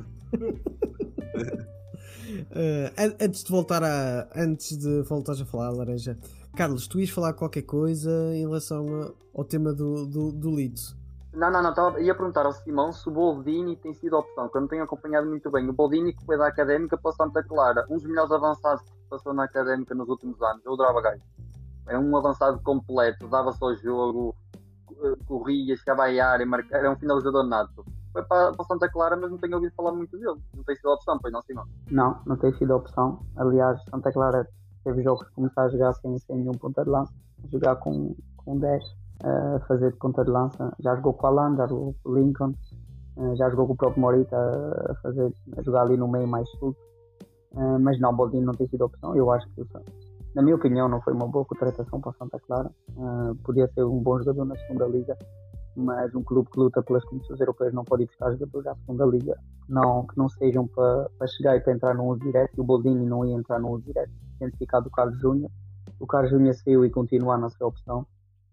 uh, antes de voltar a. Antes de voltares a falar, Laranja. Carlos, tu ias falar qualquer coisa em relação a, ao tema do, do, do Lito? Não, não, não. Tava, ia perguntar ao Simão se o Boldini tem sido a opção, que eu não tenho acompanhado muito bem. O Boldini que foi da Académica para Santa Clara, um dos melhores avançados que passou na Académica nos últimos anos. Eu adorava gajo. É um avançado completo, dava-se ao jogo, corria, chegava à área, marca... era um finalizador nato. Foi para, para Santa Clara, mas não tenho ouvido falar muito dele. Não tem sido a opção, pois não, Simão? Não, não tem sido a opção. Aliás, Santa Clara teve jogos que começar a jogar sem, sem nenhum ponta de lança, a jogar com, com dez, a fazer de ponta de lança. Já jogou com o Alan, já jogou com o Lincoln, já jogou com o próprio Morita a, fazer, a jogar ali no meio mais sul. Mas não, Boldini não tem sido a opção. Eu acho que, na minha opinião, não foi uma boa contratação para Santa Clara. Podia ser um bom jogador na segunda liga, mas um clube que luta pelas competições europeias não pode ir buscar jogadores à segunda liga não, que não sejam para, para chegar e para entrar no uso direto. E o Boldini não ia entrar no uso direto, tendo ficado o Carlos Júnior. O Carlos Júnior saiu e continua a não ser opção.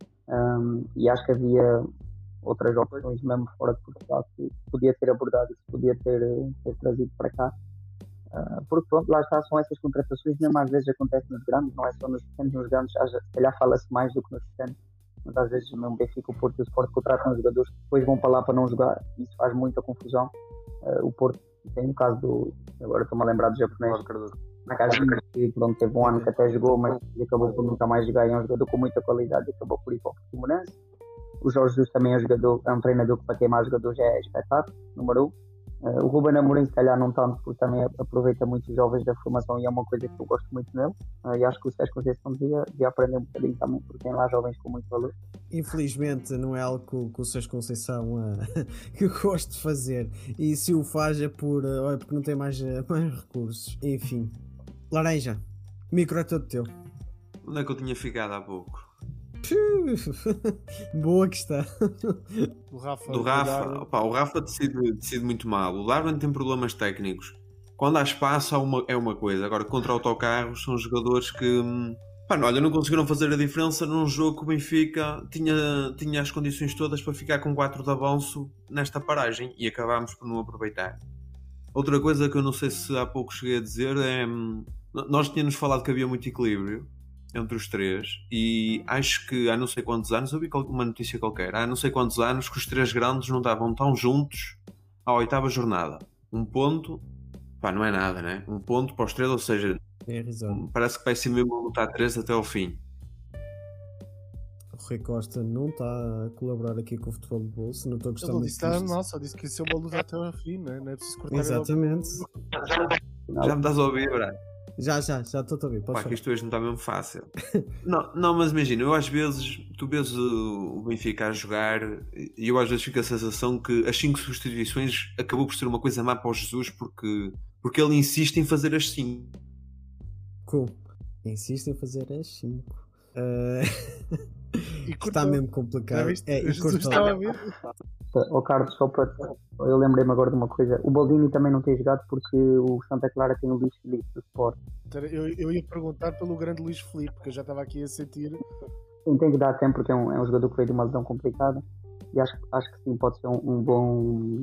Um, e acho que havia outras opções mesmo fora de Portugal que podia ter abordado e que podia ter, ter trazido para cá. Uh, porque pronto, lá está, são essas contratações, mesmo às vezes acontece nos grandes, não é só nos pequenos, nos grandes, se calhar fala-se mais do que nos pequenos. Mas às vezes mesmo o Benfica, o Porto e o Sport contratam jogadores que depois vão para lá para não jogar, e isso faz muita confusão. Uh, o Porto tem o caso do, agora estou-me a lembrar do japonês, na casa que pronto, teve um ano que até jogou, mas acabou por nunca mais jogar, e é um jogador com muita qualidade e acabou por ir para o Portimonense. O Jorge Jesus também é um, jogador, é um treinador que para queimar jogadores é espetáculo, número um. Uh, o Ruben Amorim se calhar não tanto, porque também aproveita muito os jovens da formação e é uma coisa que eu gosto muito nele, uh, e acho que o Sérgio Conceição devia, devia aprender um bocadinho também, porque tem lá jovens com muito valor. Infelizmente não é algo que, que o Sérgio Conceição uh, que eu gosto de fazer, e se o faz é por, uh, porque não tem mais, uh, mais recursos. Enfim, Laranja, o micro é todo teu. Onde é que eu tinha ficado há pouco? Boa questão. Do Rafa, do Rafa, opa, o Rafa decide, decide muito mal. O Darwin tem problemas técnicos. Quando há espaço há uma, é uma coisa. Agora contra autocarros são jogadores que pá, não, olha, não conseguiram fazer a diferença num jogo que o Benfica tinha, tinha as condições todas para ficar com quatro de avanço nesta paragem e acabámos por não aproveitar. Outra coisa que eu não sei se há pouco cheguei a dizer é, nós tínhamos falado que havia muito equilíbrio entre os três, e acho que há não sei quantos anos, eu vi uma notícia qualquer, há não sei quantos anos que os três grandes não estavam tão juntos à oitava jornada. Um ponto, pá, não é nada, né? Um ponto para os três, ou seja, é parece que vai ser mesmo a lutar três até ao fim. O Rui Costa não está a colaborar aqui com o futebol de bolso, não estou a gostar muito disso. Não, não, só disse que isso é uma luta até ao fim, né? Não é preciso cortar. Exatamente. Já me estás a ouvir, Brad? Já, já, já estou a ouvir. Pá, que isto hoje não está mesmo fácil. não, não, mas imagina, eu às vezes, tu vês o Benfica a jogar e eu às vezes fico a sensação que as cinco substituições acabou por ser uma coisa má para o Jesus porque, porque ele insiste em fazer as cinco. Cool. Insiste em fazer as cinco. Uh... E está mesmo complicado. É, e cortou. O Carlos, só para. Eu lembrei-me agora de uma coisa. O Baldini também não tem jogado porque o Santa Clara tem o Luís Filipe do Sport. Eu, eu ia perguntar pelo grande Luís Filipe, porque eu já estava aqui a sentir. Sim, tem que dar tempo porque é um, é um jogador que veio de uma lesão complicada. E acho, acho que sim, pode ser um, um bom.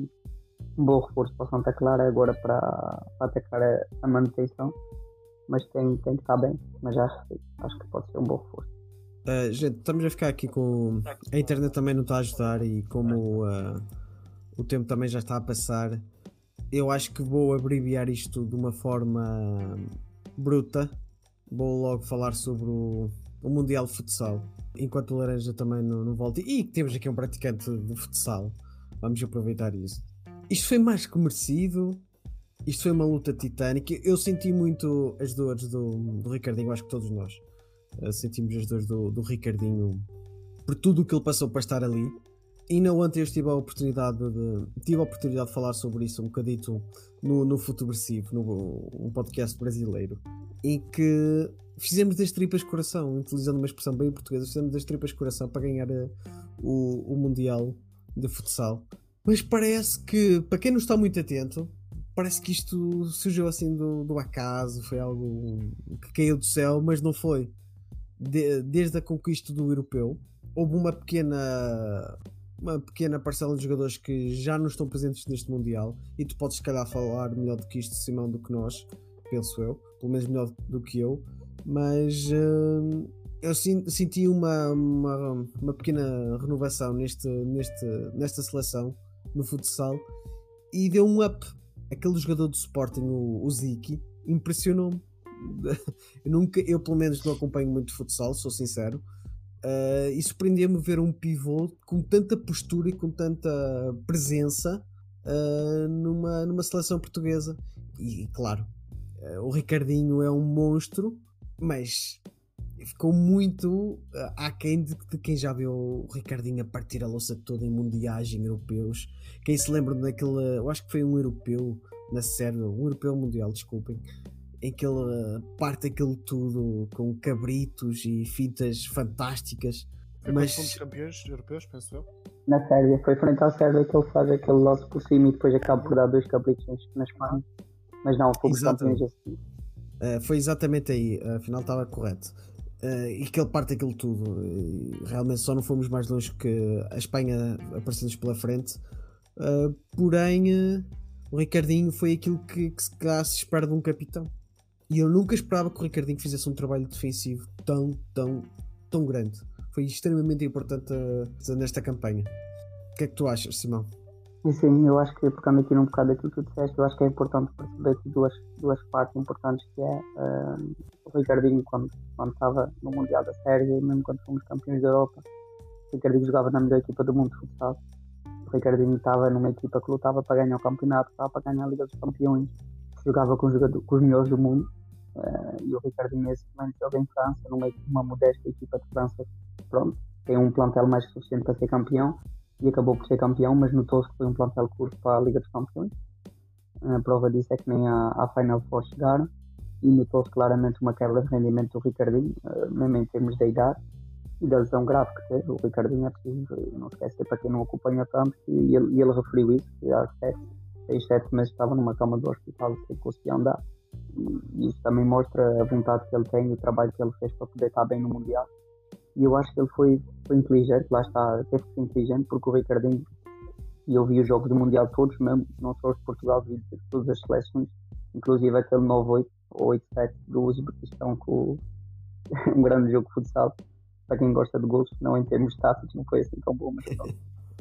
Um bom reforço para o Santa Clara agora para, para atacar a, a manutenção. Mas tem, tem que estar bem. Mas acho, acho que pode ser um bom reforço. Uh, gente, estamos a ficar aqui com. A internet também não está a ajudar e como uh, o tempo também já está a passar, eu acho que vou abreviar isto de uma forma bruta. Vou logo falar sobre o, o Mundial de Futsal, enquanto o Laranja também não, não volta. E temos aqui um praticante de futsal, vamos aproveitar isso. Isto foi mais que merecido. Isto foi uma luta titânica. Eu senti muito as dores do, do Ricardinho, acho que todos nós. Uh, sentimos as dores do, do Ricardinho por tudo o que ele passou para estar ali. E na ontem eu tive a oportunidade de, tive a oportunidade de falar sobre isso um bocadito no, no Futeversivo, no um podcast brasileiro, em que fizemos das tripas coração, utilizando uma expressão bem portuguesa, fizemos das tripas coração para ganhar a, o, o Mundial de Futsal. Mas parece que, para quem não está muito atento, parece que isto surgiu assim do, do acaso, foi algo que caiu do céu, mas não foi. De, desde a conquista do europeu, houve uma pequena, uma pequena parcela de jogadores que já não estão presentes neste Mundial, e tu podes se calhar falar melhor do que isto, Simão, do que nós, penso eu, pelo menos melhor do que eu, mas uh, eu senti uma, uma, uma pequena renovação neste, neste, nesta seleção, no futsal, e deu um up. Aquele jogador do Sporting, o, o Ziki, impressionou-me. Eu, nunca, eu pelo menos não acompanho muito futsal, sou sincero, uh, e surpreendeu-me ver um pivô com tanta postura e com tanta presença uh, numa, numa seleção portuguesa. E claro, uh, o Ricardinho é um monstro, mas ficou muito uh, aquém de, de quem já viu o Ricardinho a partir a louça toda em mundiais, em europeus. Quem se lembra daquele, eu acho que foi um europeu na Sérvia, um europeu mundial, desculpem, em que ele parte aquilo tudo com cabritos e fitas fantásticas. Foi mas fomos campeões europeus, penso eu. Na Sérvia, foi frente à Sérvia que ele faz aquele lance por cima e depois acaba por dar dois cabritos nas mãos. Mas não, fomos campeões assim. Uh, foi exatamente aí, afinal estava correto. Uh, e que ele parte aquilo tudo. E realmente só não fomos mais longe que a Espanha aparecendo pela frente. Uh, porém, uh, o Ricardinho foi aquilo que, que se, que se espera de um capitão. E eu nunca esperava que o Ricardinho fizesse um trabalho defensivo tão, tão, tão grande. Foi extremamente importante uh, nesta campanha. O que é que tu achas, Simão? Sim, eu acho que, pegando aqui um bocado daquilo que tu disseste, eu acho que é importante perceber aqui duas, duas partes importantes, que é uh, o Ricardinho quando, quando estava no Mundial da Sérvia e mesmo quando fomos campeões da Europa. O Ricardinho jogava na melhor equipa do mundo de futsal. O Ricardinho estava numa equipa que lutava para ganhar o campeonato, estava para ganhar a Liga dos Campeões, jogava com os, jogadores, com os melhores do mundo. Uh, e o Ricardinho nesse momento joga em França, numa uma modesta equipa de França, pronto, tem um plantel mais que suficiente para ser campeão e acabou por ser campeão, mas notou-se que foi um plantel curto para a Liga dos Campeões. A prova disso é que nem à, à Final Four chegaram, e notou-se claramente uma quebra de rendimento do Ricardinho, uh, mesmo em termos da idade e da lesão grave que teve. O Ricardinho é preciso não esquecer, para quem não acompanha tanto, e ele, e ele referiu isso, que há sete, seis, sete meses estava numa cama do hospital sem conseguir andar. E isso também mostra a vontade que ele tem e o trabalho que ele fez para poder estar bem no Mundial. E eu acho que ele foi, foi inteligente, lá está, teve que ser inteligente, porque o Ricardinho, e eu vi os jogos do Mundial todos, mesmo, não só os de Portugal, vi de todas as seleções, inclusive aquele nove oito ou oito sete do Uzbequistão, com um grande jogo de futsal, para quem gosta de gols, não em termos táticos, não foi assim tão bom, mas não.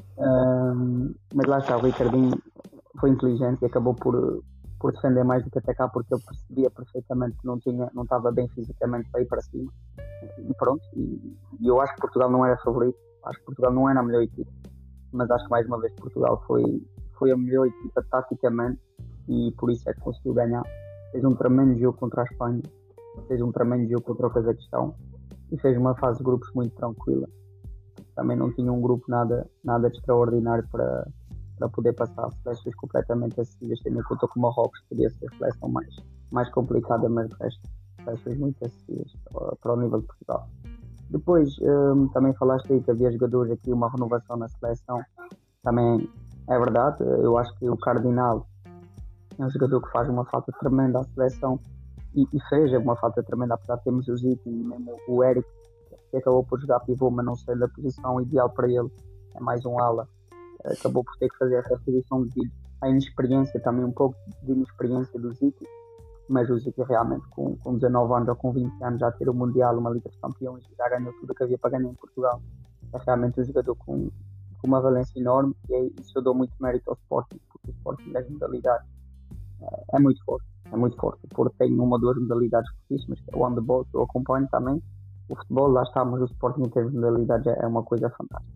um, mas lá está, o Ricardinho foi inteligente e acabou por, por defender mais do que atacar, porque ele percebia perfeitamente que não, tinha, não estava bem fisicamente para ir para cima. E pronto, e, e eu acho que Portugal não era favorito, acho que Portugal não era a melhor equipa, mas acho que mais uma vez Portugal foi, foi a melhor equipa taticamente, e por isso é que conseguiu ganhar. fez um tremendo jogo contra a Espanha, fez um tremendo jogo contra o Cazaquistão e fez uma fase de grupos muito tranquila. Também não tinha um grupo nada, nada de extraordinário para, para poder passar seleções completamente acessíveis, tendo em conta que o Marrocos podia ser a seleção mais, mais complicada, mas o resto, seleções muito acessíveis para, para o nível de Portugal. Depois, hum, também falaste aí que havia jogadores aqui, uma renovação na seleção, também é verdade. Eu acho que o Cardinal é um jogador que faz uma falta tremenda à seleção e, e fez uma falta tremenda, apesar de termos o Zico e mesmo o Eric, que acabou por jogar pivô, mas não sei da posição ideal para ele, é mais um ala, acabou por ter que fazer essa posição devido à inexperiência, também um pouco de inexperiência do Zico, mas o Zico realmente com, com dezanove anos ou com vinte anos já ter o Mundial, uma Liga dos Campeões, já ganhou tudo o que havia para ganhar em Portugal, é realmente um jogador com, com uma valência enorme e é, isso eu dou muito mérito ao Sporting, porque o Sporting das modalidades é, é muito forte, é muito forte, o Porto tem uma ou duas modalidades fortíssimas, que é o handball, que eu acompanho também. O futebol, lá está, mas o Sporting em termos de modalidades é uma coisa fantástica.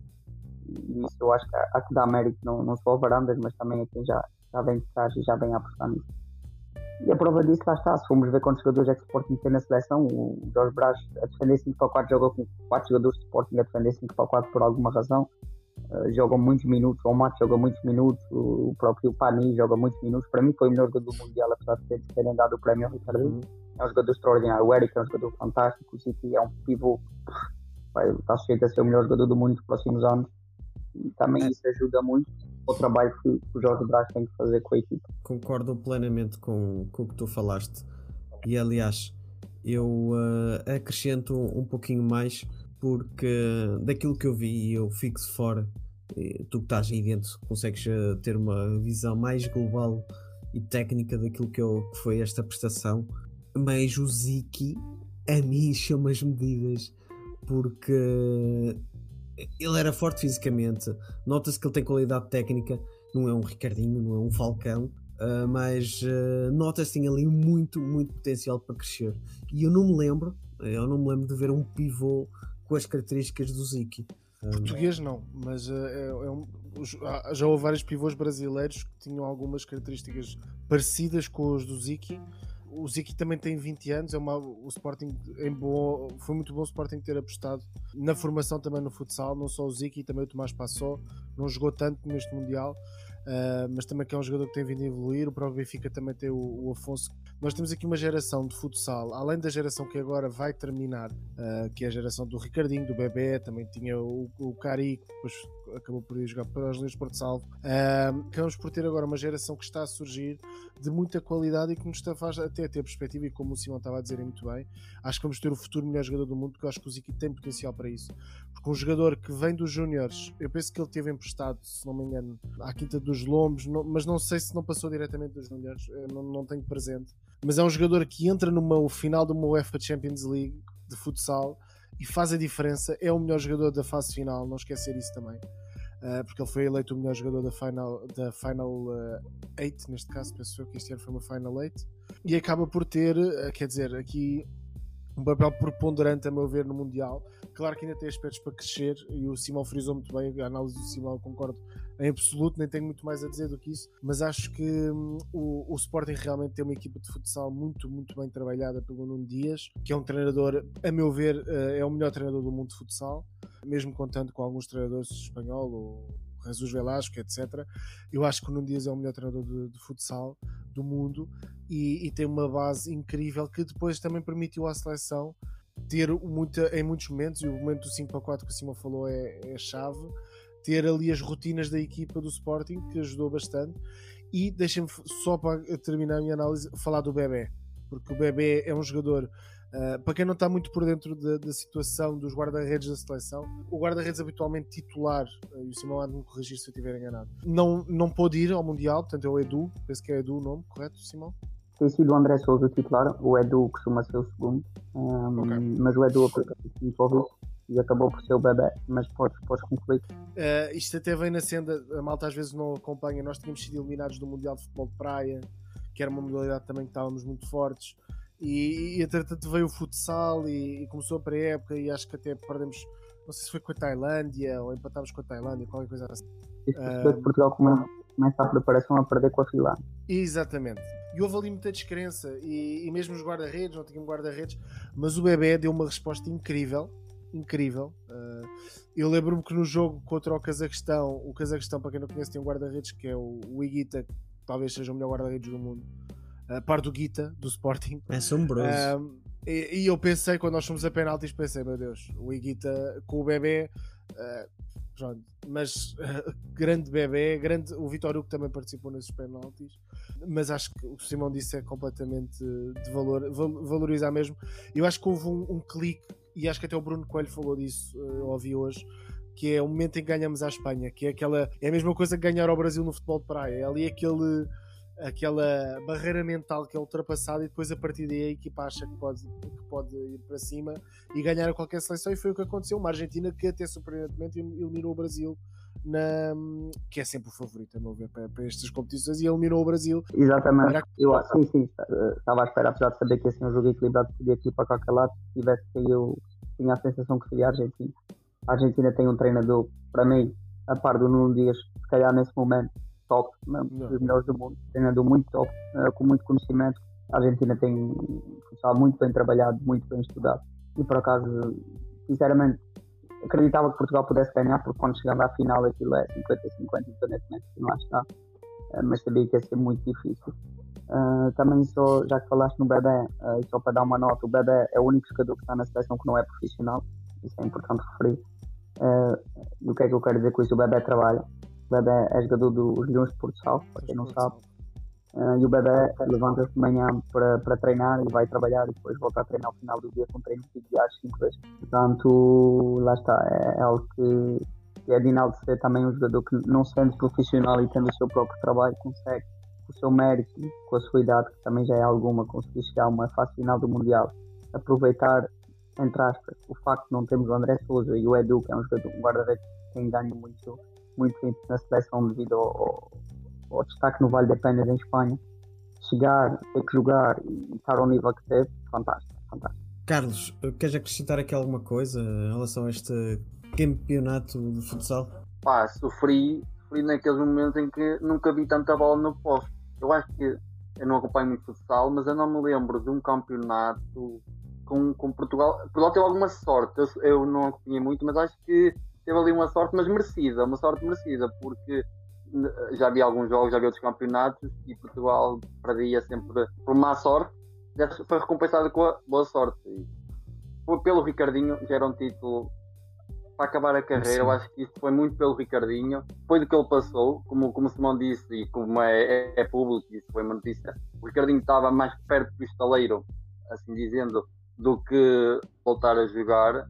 E isso eu acho que há, há que dar mérito, não, não só a Varandas, mas também a quem já, já vem de trás e já vem a apostar nisso. E a prova disso, lá está, se formos ver quantos jogadores é que o Sporting tem na seleção, o Jorge Brás a defender cinco para quatro joga com quatro jogadores do Sporting a defender cinco para quatro por alguma razão. Uh, jogam muitos minutos, o Mato joga muitos minutos, o próprio Pani joga muitos minutos. Para mim foi o melhor jogador do Mundial, apesar de terem dado o prémio ao Ricardo. É um jogador extraordinário. O Eric é um jogador fantástico. O City é um pivô, vai, está sujeito a ser o melhor jogador do mundo nos próximos anos. E também isso ajuda muito o trabalho que, que o Jorge Brás tem que fazer com a equipa. Concordo plenamente com, com o que tu falaste. E aliás, eu uh, acrescento um pouquinho mais, porque daquilo que eu vi, eu fico-se fora. Tu que estás aí dentro consegues uh, ter uma visão mais global e técnica daquilo que, eu, que foi esta prestação. Mas o Ziki a mim chama as medidas, porque ele era forte fisicamente, nota-se que ele tem qualidade técnica, não é um Ricardinho, não é um Falcão, uh, mas uh, nota-se que tem ali muito, muito potencial para crescer. E eu não me lembro, eu não me lembro de ver um pivô com as características do Ziki. Português não, mas uh, é, é um, já houve vários pivôs brasileiros que tinham algumas características parecidas com os do Ziki. O Ziki também tem vinte anos, é uma, o Sporting em bom, foi muito bom o Sporting ter apostado na formação também no futsal, não só o Ziki, também o Tomás Passó, não jogou tanto neste Mundial, uh, mas também que é um jogador que tem vindo a evoluir. O próprio Benfica também tem o, o Afonso. Nós temos aqui uma geração de futsal, além da geração que agora vai terminar, uh, que é a geração do Ricardinho, do Bebé, também tinha o, o Cari, que depois acabou por ir jogar para os Leões de Porto Salvo. Uh, acabamos por ter agora uma geração que está a surgir de muita qualidade e que nos faz até ter perspectiva, e como o Simão estava a dizer muito bem, acho que vamos ter o futuro melhor jogador do mundo, porque eu acho que o Ziki tem potencial para isso, porque um jogador que vem dos Júniores, eu penso que ele teve emprestado, se não me engano, à Quinta dos Lombos, não, mas não sei se não passou diretamente dos Júniores, não, não tenho presente, mas é um jogador que entra no final de uma UEFA Champions League de futsal e faz a diferença, é o melhor jogador da fase final, não esquecer isso também. Uh, porque ele foi eleito o melhor jogador da Final, da final oito, uh, neste caso, penso eu que este ano foi uma Final oito, e acaba por ter, uh, quer dizer, aqui um papel preponderante, a meu ver, no Mundial. Claro que ainda tem aspectos para crescer, e o Simão frisou muito bem, a análise do Simão eu concordo em absoluto, nem tenho muito mais a dizer do que isso, mas acho que hum, o, o Sporting realmente tem uma equipa de futsal muito, muito bem trabalhada pelo Nuno Dias, que é um treinador, a meu ver, uh, é o melhor treinador do mundo de futsal, mesmo contando com alguns treinadores espanhol, o Jesus Velasco, etcétera. Eu acho que o Nuno Dias é o melhor treinador de, de futsal do mundo e, e tem uma base incrível que depois também permitiu à seleção ter muita, em muitos momentos, e o momento do cinco para quatro que o Simão falou é, é a chave, ter ali as rotinas da equipa do Sporting, que ajudou bastante. E deixem-me só para terminar a minha análise falar do Bebé, porque o Bebé é um jogador, uh, para quem não está muito por dentro da, da situação dos guarda-redes da seleção, o guarda-redes habitualmente titular, uh, e o Simão há de me corrigir se eu estiver enganado, não, não pôde ir ao Mundial, portanto é o Edu, penso que é Edu o nome, correto, Simão? Tem sido o André Sousa o titular, o Edu costuma ser o segundo, um, okay. Mas o Edu envolveu e acabou por ser o Bebé, mas podes, podes concluir. Uh, isto até vem na senda, a malta às vezes não acompanha, nós tínhamos sido eliminados do Mundial de Futebol de Praia, que era uma modalidade também que estávamos muito fortes, e, e entretanto veio o futsal e, e começou a pré-época, e acho que até perdemos, não sei se foi com a Tailândia ou empatámos com a Tailândia, qualquer coisa assim. Isso uh, de Portugal como começa a preparação a perder com a Finlândia. Exatamente. E houve ali muita descrença, e, e mesmo os guarda-redes, não tinham guarda-redes, mas o Bebé deu uma resposta incrível, incrível. Uh, eu lembro-me que no jogo contra o Cazaquistão, o Cazaquistão, para quem não conhece, tem um guarda-redes que é o, o Higuita, que talvez seja o melhor guarda-redes do mundo, a par do Guita, do Sporting. É assombroso. Uh, e, e eu pensei, quando nós fomos a penaltis, pensei, meu Deus, o Higuita com o Bebé, uh, pronto, mas uh, grande Bebé, grande, o Vitor Hugo também participou nesses penaltis, mas acho que o que o Simão disse é completamente de valor, val, valorizar mesmo. Eu acho que houve um, um clique, e acho que até o Bruno Coelho falou disso, eu ouvi hoje, que é o momento em que ganhamos à Espanha, que é aquela, é a mesma coisa que ganhar ao Brasil no futebol de praia, é ali aquele, aquela barreira mental que é ultrapassada, e depois a partir daí a equipa acha que pode, que pode ir para cima e ganhar a qualquer seleção, e foi o que aconteceu. Uma Argentina que até surpreendentemente eliminou o Brasil, na, que é sempre o favorito, a meu ver, para, para estas competições, e eliminou o Brasil. Exatamente. Era... Eu, sim, sim, estava à espera, apesar de saber que ia ser um jogo equilibrado, podia ir para qualquer lado. Se tivesse que eu tinha a sensação que seria a Argentina. A Argentina tem um treinador, para mim, a par do Nuno Dias, se calhar nesse momento, top, um dos melhores do mundo, treinador muito top, com muito conhecimento. A Argentina tem um futsal muito bem trabalhado, muito bem estudado, e por acaso, sinceramente, acreditava que Portugal pudesse ganhar, porque quando chegava à final aquilo é cinquenta a cinquenta, independentemente de lá está, mas sabia que ia ser muito difícil. Uh, também só, já que falaste no Bebé, uh, só para dar uma nota, o Bebé é o único jogador que está na seleção que não é profissional, isso é importante referir. Uh, e o que é que eu quero dizer com isso? O Bebé trabalha, o Bebé é jogador dos Leões de Portugal, para quem não sabe, uh, e o Bebé levanta-se de manhã para, para treinar e vai trabalhar, e depois volta a treinar ao final do dia com treinos diários cinco vezes. Portanto, lá está, é, é algo que, que é de enaltecer também um jogador que, não sendo profissional e tendo o seu próprio trabalho, consegue, com o seu mérito, com a sua idade, que também já é alguma, conseguir chegar a uma fase final do Mundial, aproveitar, entre aspas, o facto de não termos o André Sousa e o Edu, que é um jogador, um guarda-redes que tem ganho muito, muito na seleção devido ao, ao, ao destaque no Vale de Penas em Espanha, chegar, ter que jogar e estar ao nível que teve, fantástico, fantástico. Carlos, queres acrescentar aqui alguma coisa em relação a este campeonato de futsal? Pá, sofri, sofri naqueles momentos em que nunca vi tanta bola no posto. Eu acho que eu não acompanho muito futsal, mas eu não me lembro de um campeonato com, com Portugal. Portugal teve alguma sorte, eu, eu não acompanhei muito, mas acho que teve ali uma sorte, mas merecida, uma sorte merecida, porque já vi alguns jogos, já vi outros campeonatos e Portugal perdia sempre por má sorte, foi recompensado com a boa sorte. E foi pelo Ricardinho, já era um título para acabar a carreira. Sim. Eu acho que isto foi muito pelo Ricardinho, foi do que ele passou, como, como o Simão disse e como é, é, é público, isso foi uma notícia. O Ricardinho estava mais perto do estaleiro, assim dizendo, do que voltar a jogar,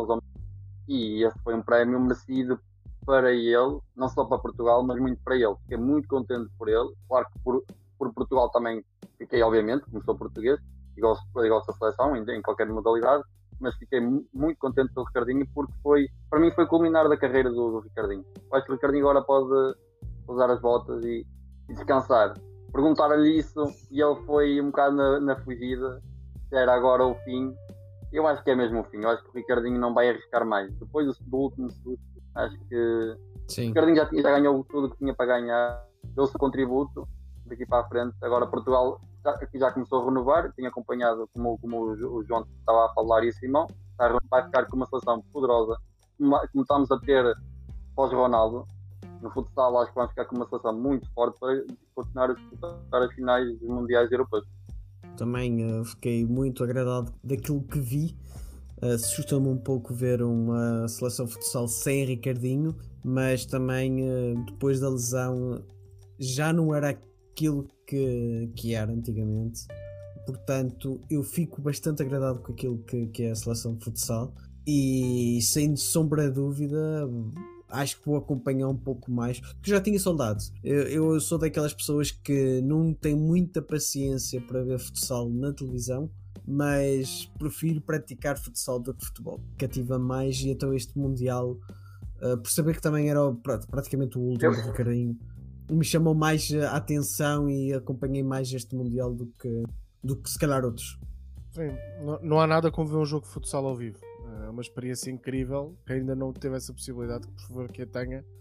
e esse foi um prémio merecido para ele, não só para Portugal, mas muito para ele. Fiquei muito contente por ele. Claro que por, por Portugal também fiquei, obviamente, como sou português, e gosto, e gosto da seleção, em, em qualquer modalidade, mas fiquei muito contente pelo Ricardinho, porque foi, para mim foi culminar da carreira do, do Ricardinho. Acho que o Ricardinho agora pode usar as botas e, e descansar. Perguntaram-lhe isso e ele foi um bocado na, na fugida, se era agora o fim. Eu acho que é mesmo o fim. Eu acho que o Ricardinho não vai arriscar mais. Depois do último susto, acho que Sim. o Ricardinho já, já ganhou tudo o que tinha para ganhar, deu-se o contributo daqui para a frente. Agora Portugal já, aqui já começou a renovar, tenho acompanhado como, como o João estava a falar e o Simão, vai ficar com uma seleção poderosa, como, como estamos a ter pós-Ronaldo. No futsal acho que vamos ficar com uma seleção muito forte para continuar a disputar as finais dos mundiais europeus. Também uh, fiquei muito agradado daquilo que vi. Uh, assusta-me um pouco ver uma seleção futsal sem Ricardinho, mas também uh, depois da lesão já não era aquilo que, que era antigamente. Portanto, eu fico bastante agradado com aquilo que, que é a seleção de futsal e, sem sombra de dúvida, acho que vou acompanhar um pouco mais, porque já tinha saudades. Eu, eu sou daquelas pessoas que não têm muita paciência para ver futsal na televisão, mas prefiro praticar futsal do que futebol. Cativa mais, e então este Mundial, uh, por saber que também era praticamente o último do Ricardinho, me chamou mais a atenção e acompanhei mais este Mundial do que, do que se calhar outros. Sim, não, não há nada como ver um jogo de futsal ao vivo. É uma experiência incrível. Quem ainda não teve essa possibilidade, que por favor que a tenha.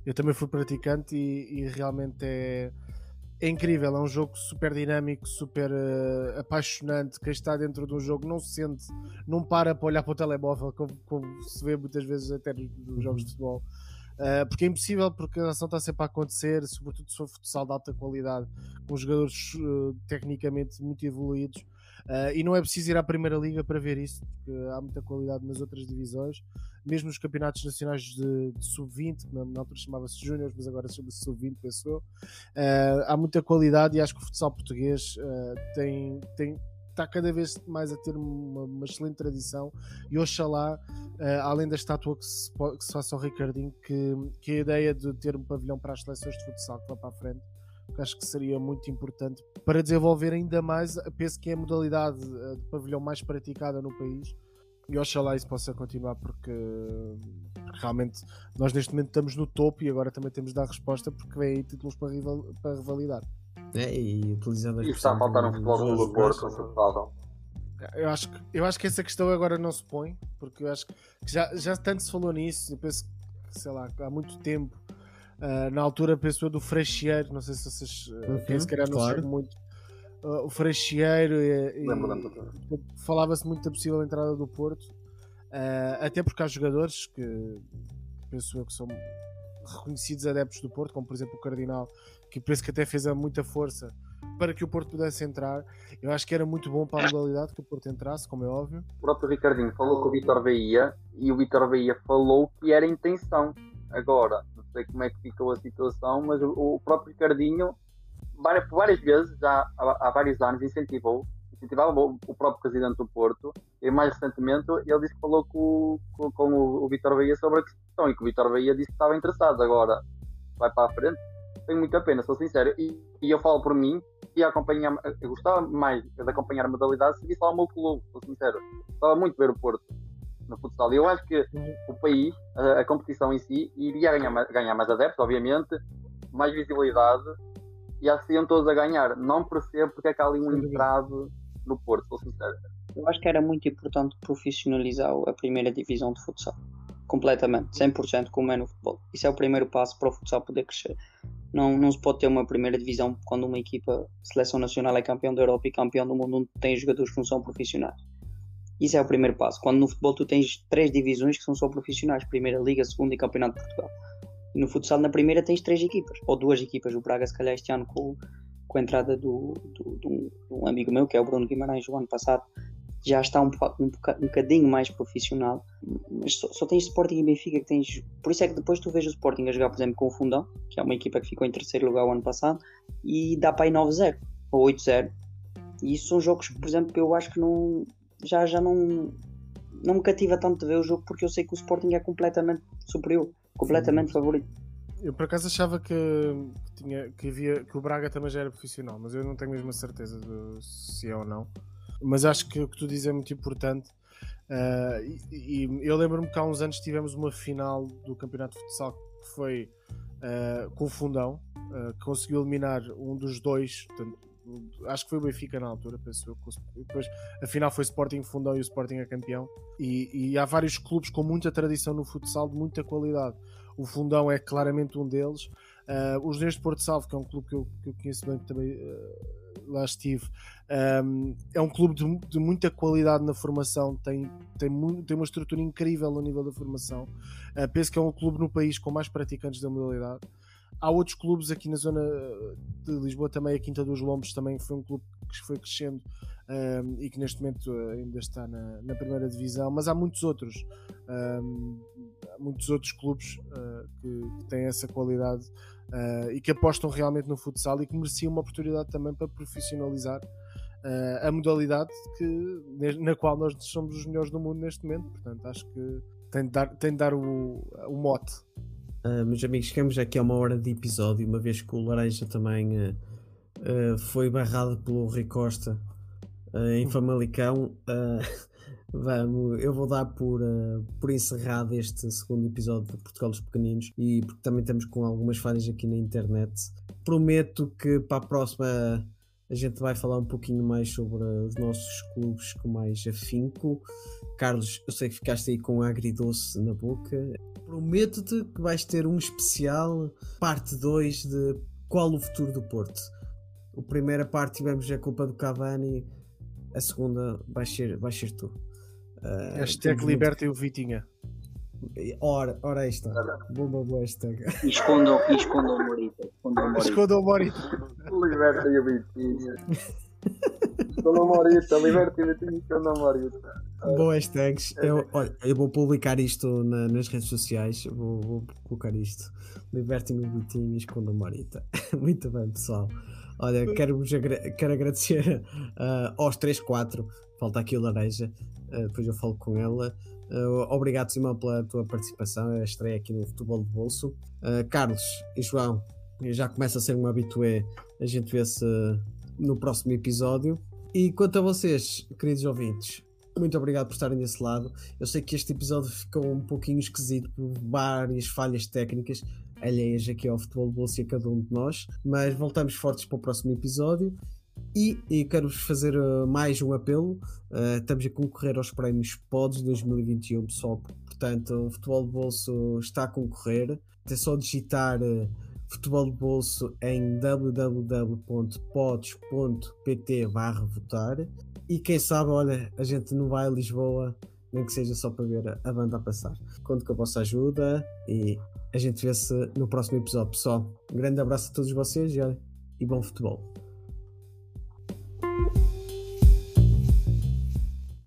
eu também fui praticante e, e realmente é, é incrível, é um jogo super dinâmico, super uh, apaixonante. Quem está dentro de um jogo não se sente, não para para olhar para o telemóvel, como, como se vê muitas vezes até nos jogos de futebol. Uh, porque é impossível, porque a ação está sempre a acontecer, sobretudo se for futsal de alta qualidade, com jogadores uh, tecnicamente muito evoluídos, uh, e não é preciso ir à Primeira Liga para ver isso, porque há muita qualidade nas outras divisões, mesmo nos campeonatos nacionais de, de sub vinte, que na, na altura chamava-se Júniors, mas agora chama-se sub vinte, penso eu. Uh, há muita qualidade e acho que o futsal português uh, tem, tem está cada vez mais a ter uma, uma excelente tradição, e oxalá, uh, além da estátua que se, que se faça ao Ricardinho, que, que a ideia de ter um pavilhão para as seleções de futsal que vá para a frente, que acho que seria muito importante para desenvolver ainda mais. Penso que é a modalidade de pavilhão mais praticada no país, e oxalá isso possa continuar, porque, porque realmente nós neste momento estamos no topo e agora também temos de dar resposta, porque vem aí títulos para, rival, para revalidar. É, e utilizando e está a faltar um futebol do Porto, aceitável. Eu acho, que, eu acho que essa questão agora não se põe, porque eu acho que já, já tanto se falou nisso. Eu penso que, sei lá, há muito tempo, uh, na altura, penso eu, do Freixeiro, não sei se vocês uh, uhum, se calhar não claro. Sei muito, uh, o Freixeiro, e, e falava-se muito da possível entrada do Porto, uh, até porque há jogadores que penso eu que são reconhecidos adeptos do Porto, como por exemplo o Cardinal, que penso que até fez muita força para que o Porto pudesse entrar. Eu acho que era muito bom para a modalidade que o Porto entrasse, como é óbvio. O próprio Ricardinho falou com o Vítor Bahia, e o Vítor Bahia falou que era intenção. Agora, não sei como é que ficou a situação, mas o, o próprio Ricardinho várias, várias vezes, já há, há vários anos, incentivou incentivava o, o próprio presidente do Porto, e mais recentemente ele disse que falou com, com, com o, o Vítor Bahia sobre a questão, e que o Vítor Bahia disse que estava interessado. Agora vai para a frente, tenho muita pena, sou sincero, e, e eu falo por mim, e acompanhar, eu gostava mais de acompanhar a modalidade se visse lá o meu clube, sou sincero, gostava muito de ver o Porto no futsal, e eu acho que o país, a, a competição em si, iria ganhar, ganhar mais adeptos, obviamente, mais visibilidade, e assim iam todos a ganhar. Não percebo porque é que há ali um entrave no Porto, sou sincero. Eu acho que era muito importante profissionalizar a primeira divisão de futsal, completamente, cem por cento, como é no futebol. Isso é o primeiro passo para o futsal poder crescer. Não, não se pode ter uma primeira divisão quando uma equipa, seleção nacional, é campeão da Europa e campeão do mundo, onde tem jogadores que não são profissionais. Isso é o primeiro passo. Quando no futebol tu tens três divisões que são só profissionais, Primeira Liga, Segunda e Campeonato de Portugal. E no futsal, na primeira, tens três equipas, ou duas equipas. O Braga, se calhar, este ano, com, com a entrada do, do, do, do amigo meu, que é o Bruno Guimarães, o ano passado, já está um, um, um bocadinho mais profissional. Mas só, só tens Sporting e Benfica que tens... Por isso é que depois tu vês o Sporting a jogar, por exemplo, com o Fundão, que é uma equipa que ficou em terceiro lugar o ano passado, e dá para aí nove zero, ou oito zero. E isso são jogos, por exemplo, que eu acho que não... Já, já não... Não me cativa tanto de ver o jogo, porque eu sei que o Sporting é completamente superior, completamente favorito. Eu por acaso achava que, que, tinha, que, havia, que o Braga também já era profissional, mas eu não tenho mesmo a certeza de se é ou não. Mas acho que o que tu dizes é muito importante. Uh, e, e eu lembro-me que há uns anos tivemos uma final do Campeonato de Futsal que foi uh, com o Fundão, uh, que conseguiu eliminar um dos dois. Portanto, acho que foi o Benfica na altura, penso eu. Depois a final foi Sporting Fundão e o Sporting é campeão. E, e há vários clubes com muita tradição no futsal, de muita qualidade. O Fundão é claramente um deles. Uh, os Leões de Porto Salvo, que é um clube que eu, que eu conheço bem, que também uh, lá estive, um, é um clube de, de muita qualidade na formação, tem, tem, muito, tem uma estrutura incrível no nível da formação. Uh, penso que é um clube no país com mais praticantes da modalidade. Há outros clubes aqui na zona de Lisboa também, a Quinta dos Lombos também foi um clube que foi crescendo um, e que neste momento ainda está na, na primeira divisão, mas há muitos outros um, há muitos outros clubes uh, que, que têm essa qualidade uh, e que apostam realmente no futsal e que mereciam uma oportunidade também para profissionalizar uh, a modalidade que, na qual nós somos os melhores do mundo neste momento. Portanto, acho que tem de dar, tem de dar o, o mote. Uh, meus amigos, chegamos aqui a uma hora de episódio, uma vez que o Laranja também uh, uh, foi barrado pelo Rui Costa uh, em Famalicão. Uh, vamos, eu vou dar por, uh, por encerrado este segundo episódio de Portugal dos Pequeninos, e porque também estamos com algumas falhas aqui na internet. Prometo que para a próxima a gente vai falar um pouquinho mais sobre os nossos clubes com mais afinco. Carlos, eu sei que ficaste aí com um agridoce na boca. Prometo-te que vais ter um especial, parte dois de qual o futuro do Porto. A primeira parte tivemos a culpa do Cavani, a segunda vai ser, vai ser tu. Uh, hashtag libertem o Vitinha. Ora, ora aí está. Bomba boa hashtag. E escondam, e escondam o Morita. Escondam o Morita. Libertem o Vitinha. Escondam o Morita. Libertem o Vitinha e escondam o Morita. Boas hashtags. Eu, olha, eu vou publicar isto na, nas redes sociais. Vou, vou colocar isto. Libertem o Vitinho e escondam o Morita. Muito bem, pessoal. Olha, quero, agra- quero agradecer uh, aos três quatro. Falta aqui o Laranja. Uh, depois eu falo com ela. Uh, obrigado, Simão, pela tua participação. É a estreia aqui no Futebol de Bolso. Uh, Carlos e João, já começa a ser um habitué. A gente vê-se no próximo episódio. E quanto a vocês, queridos ouvintes, muito obrigado por estarem desse lado. Eu sei que este episódio ficou um pouquinho esquisito por várias falhas técnicas alheias aqui ao Futebol de Bolso e a cada um de nós, mas voltamos fortes para o próximo episódio. E, e quero-vos fazer uh, mais um apelo. Uh, estamos a concorrer aos prémios Pods dois mil e vinte e um, pessoal. Portanto, o Futebol de Bolso está a concorrer. É só digitar uh, Futebol de Bolso em w w w ponto pods ponto p t barra votar. E quem sabe, olha, a gente não vai a Lisboa, nem que seja só para ver a, a banda a passar. Conto com a vossa ajuda e a gente vê-se no próximo episódio, pessoal. Um grande abraço a todos vocês e, olha, e bom futebol.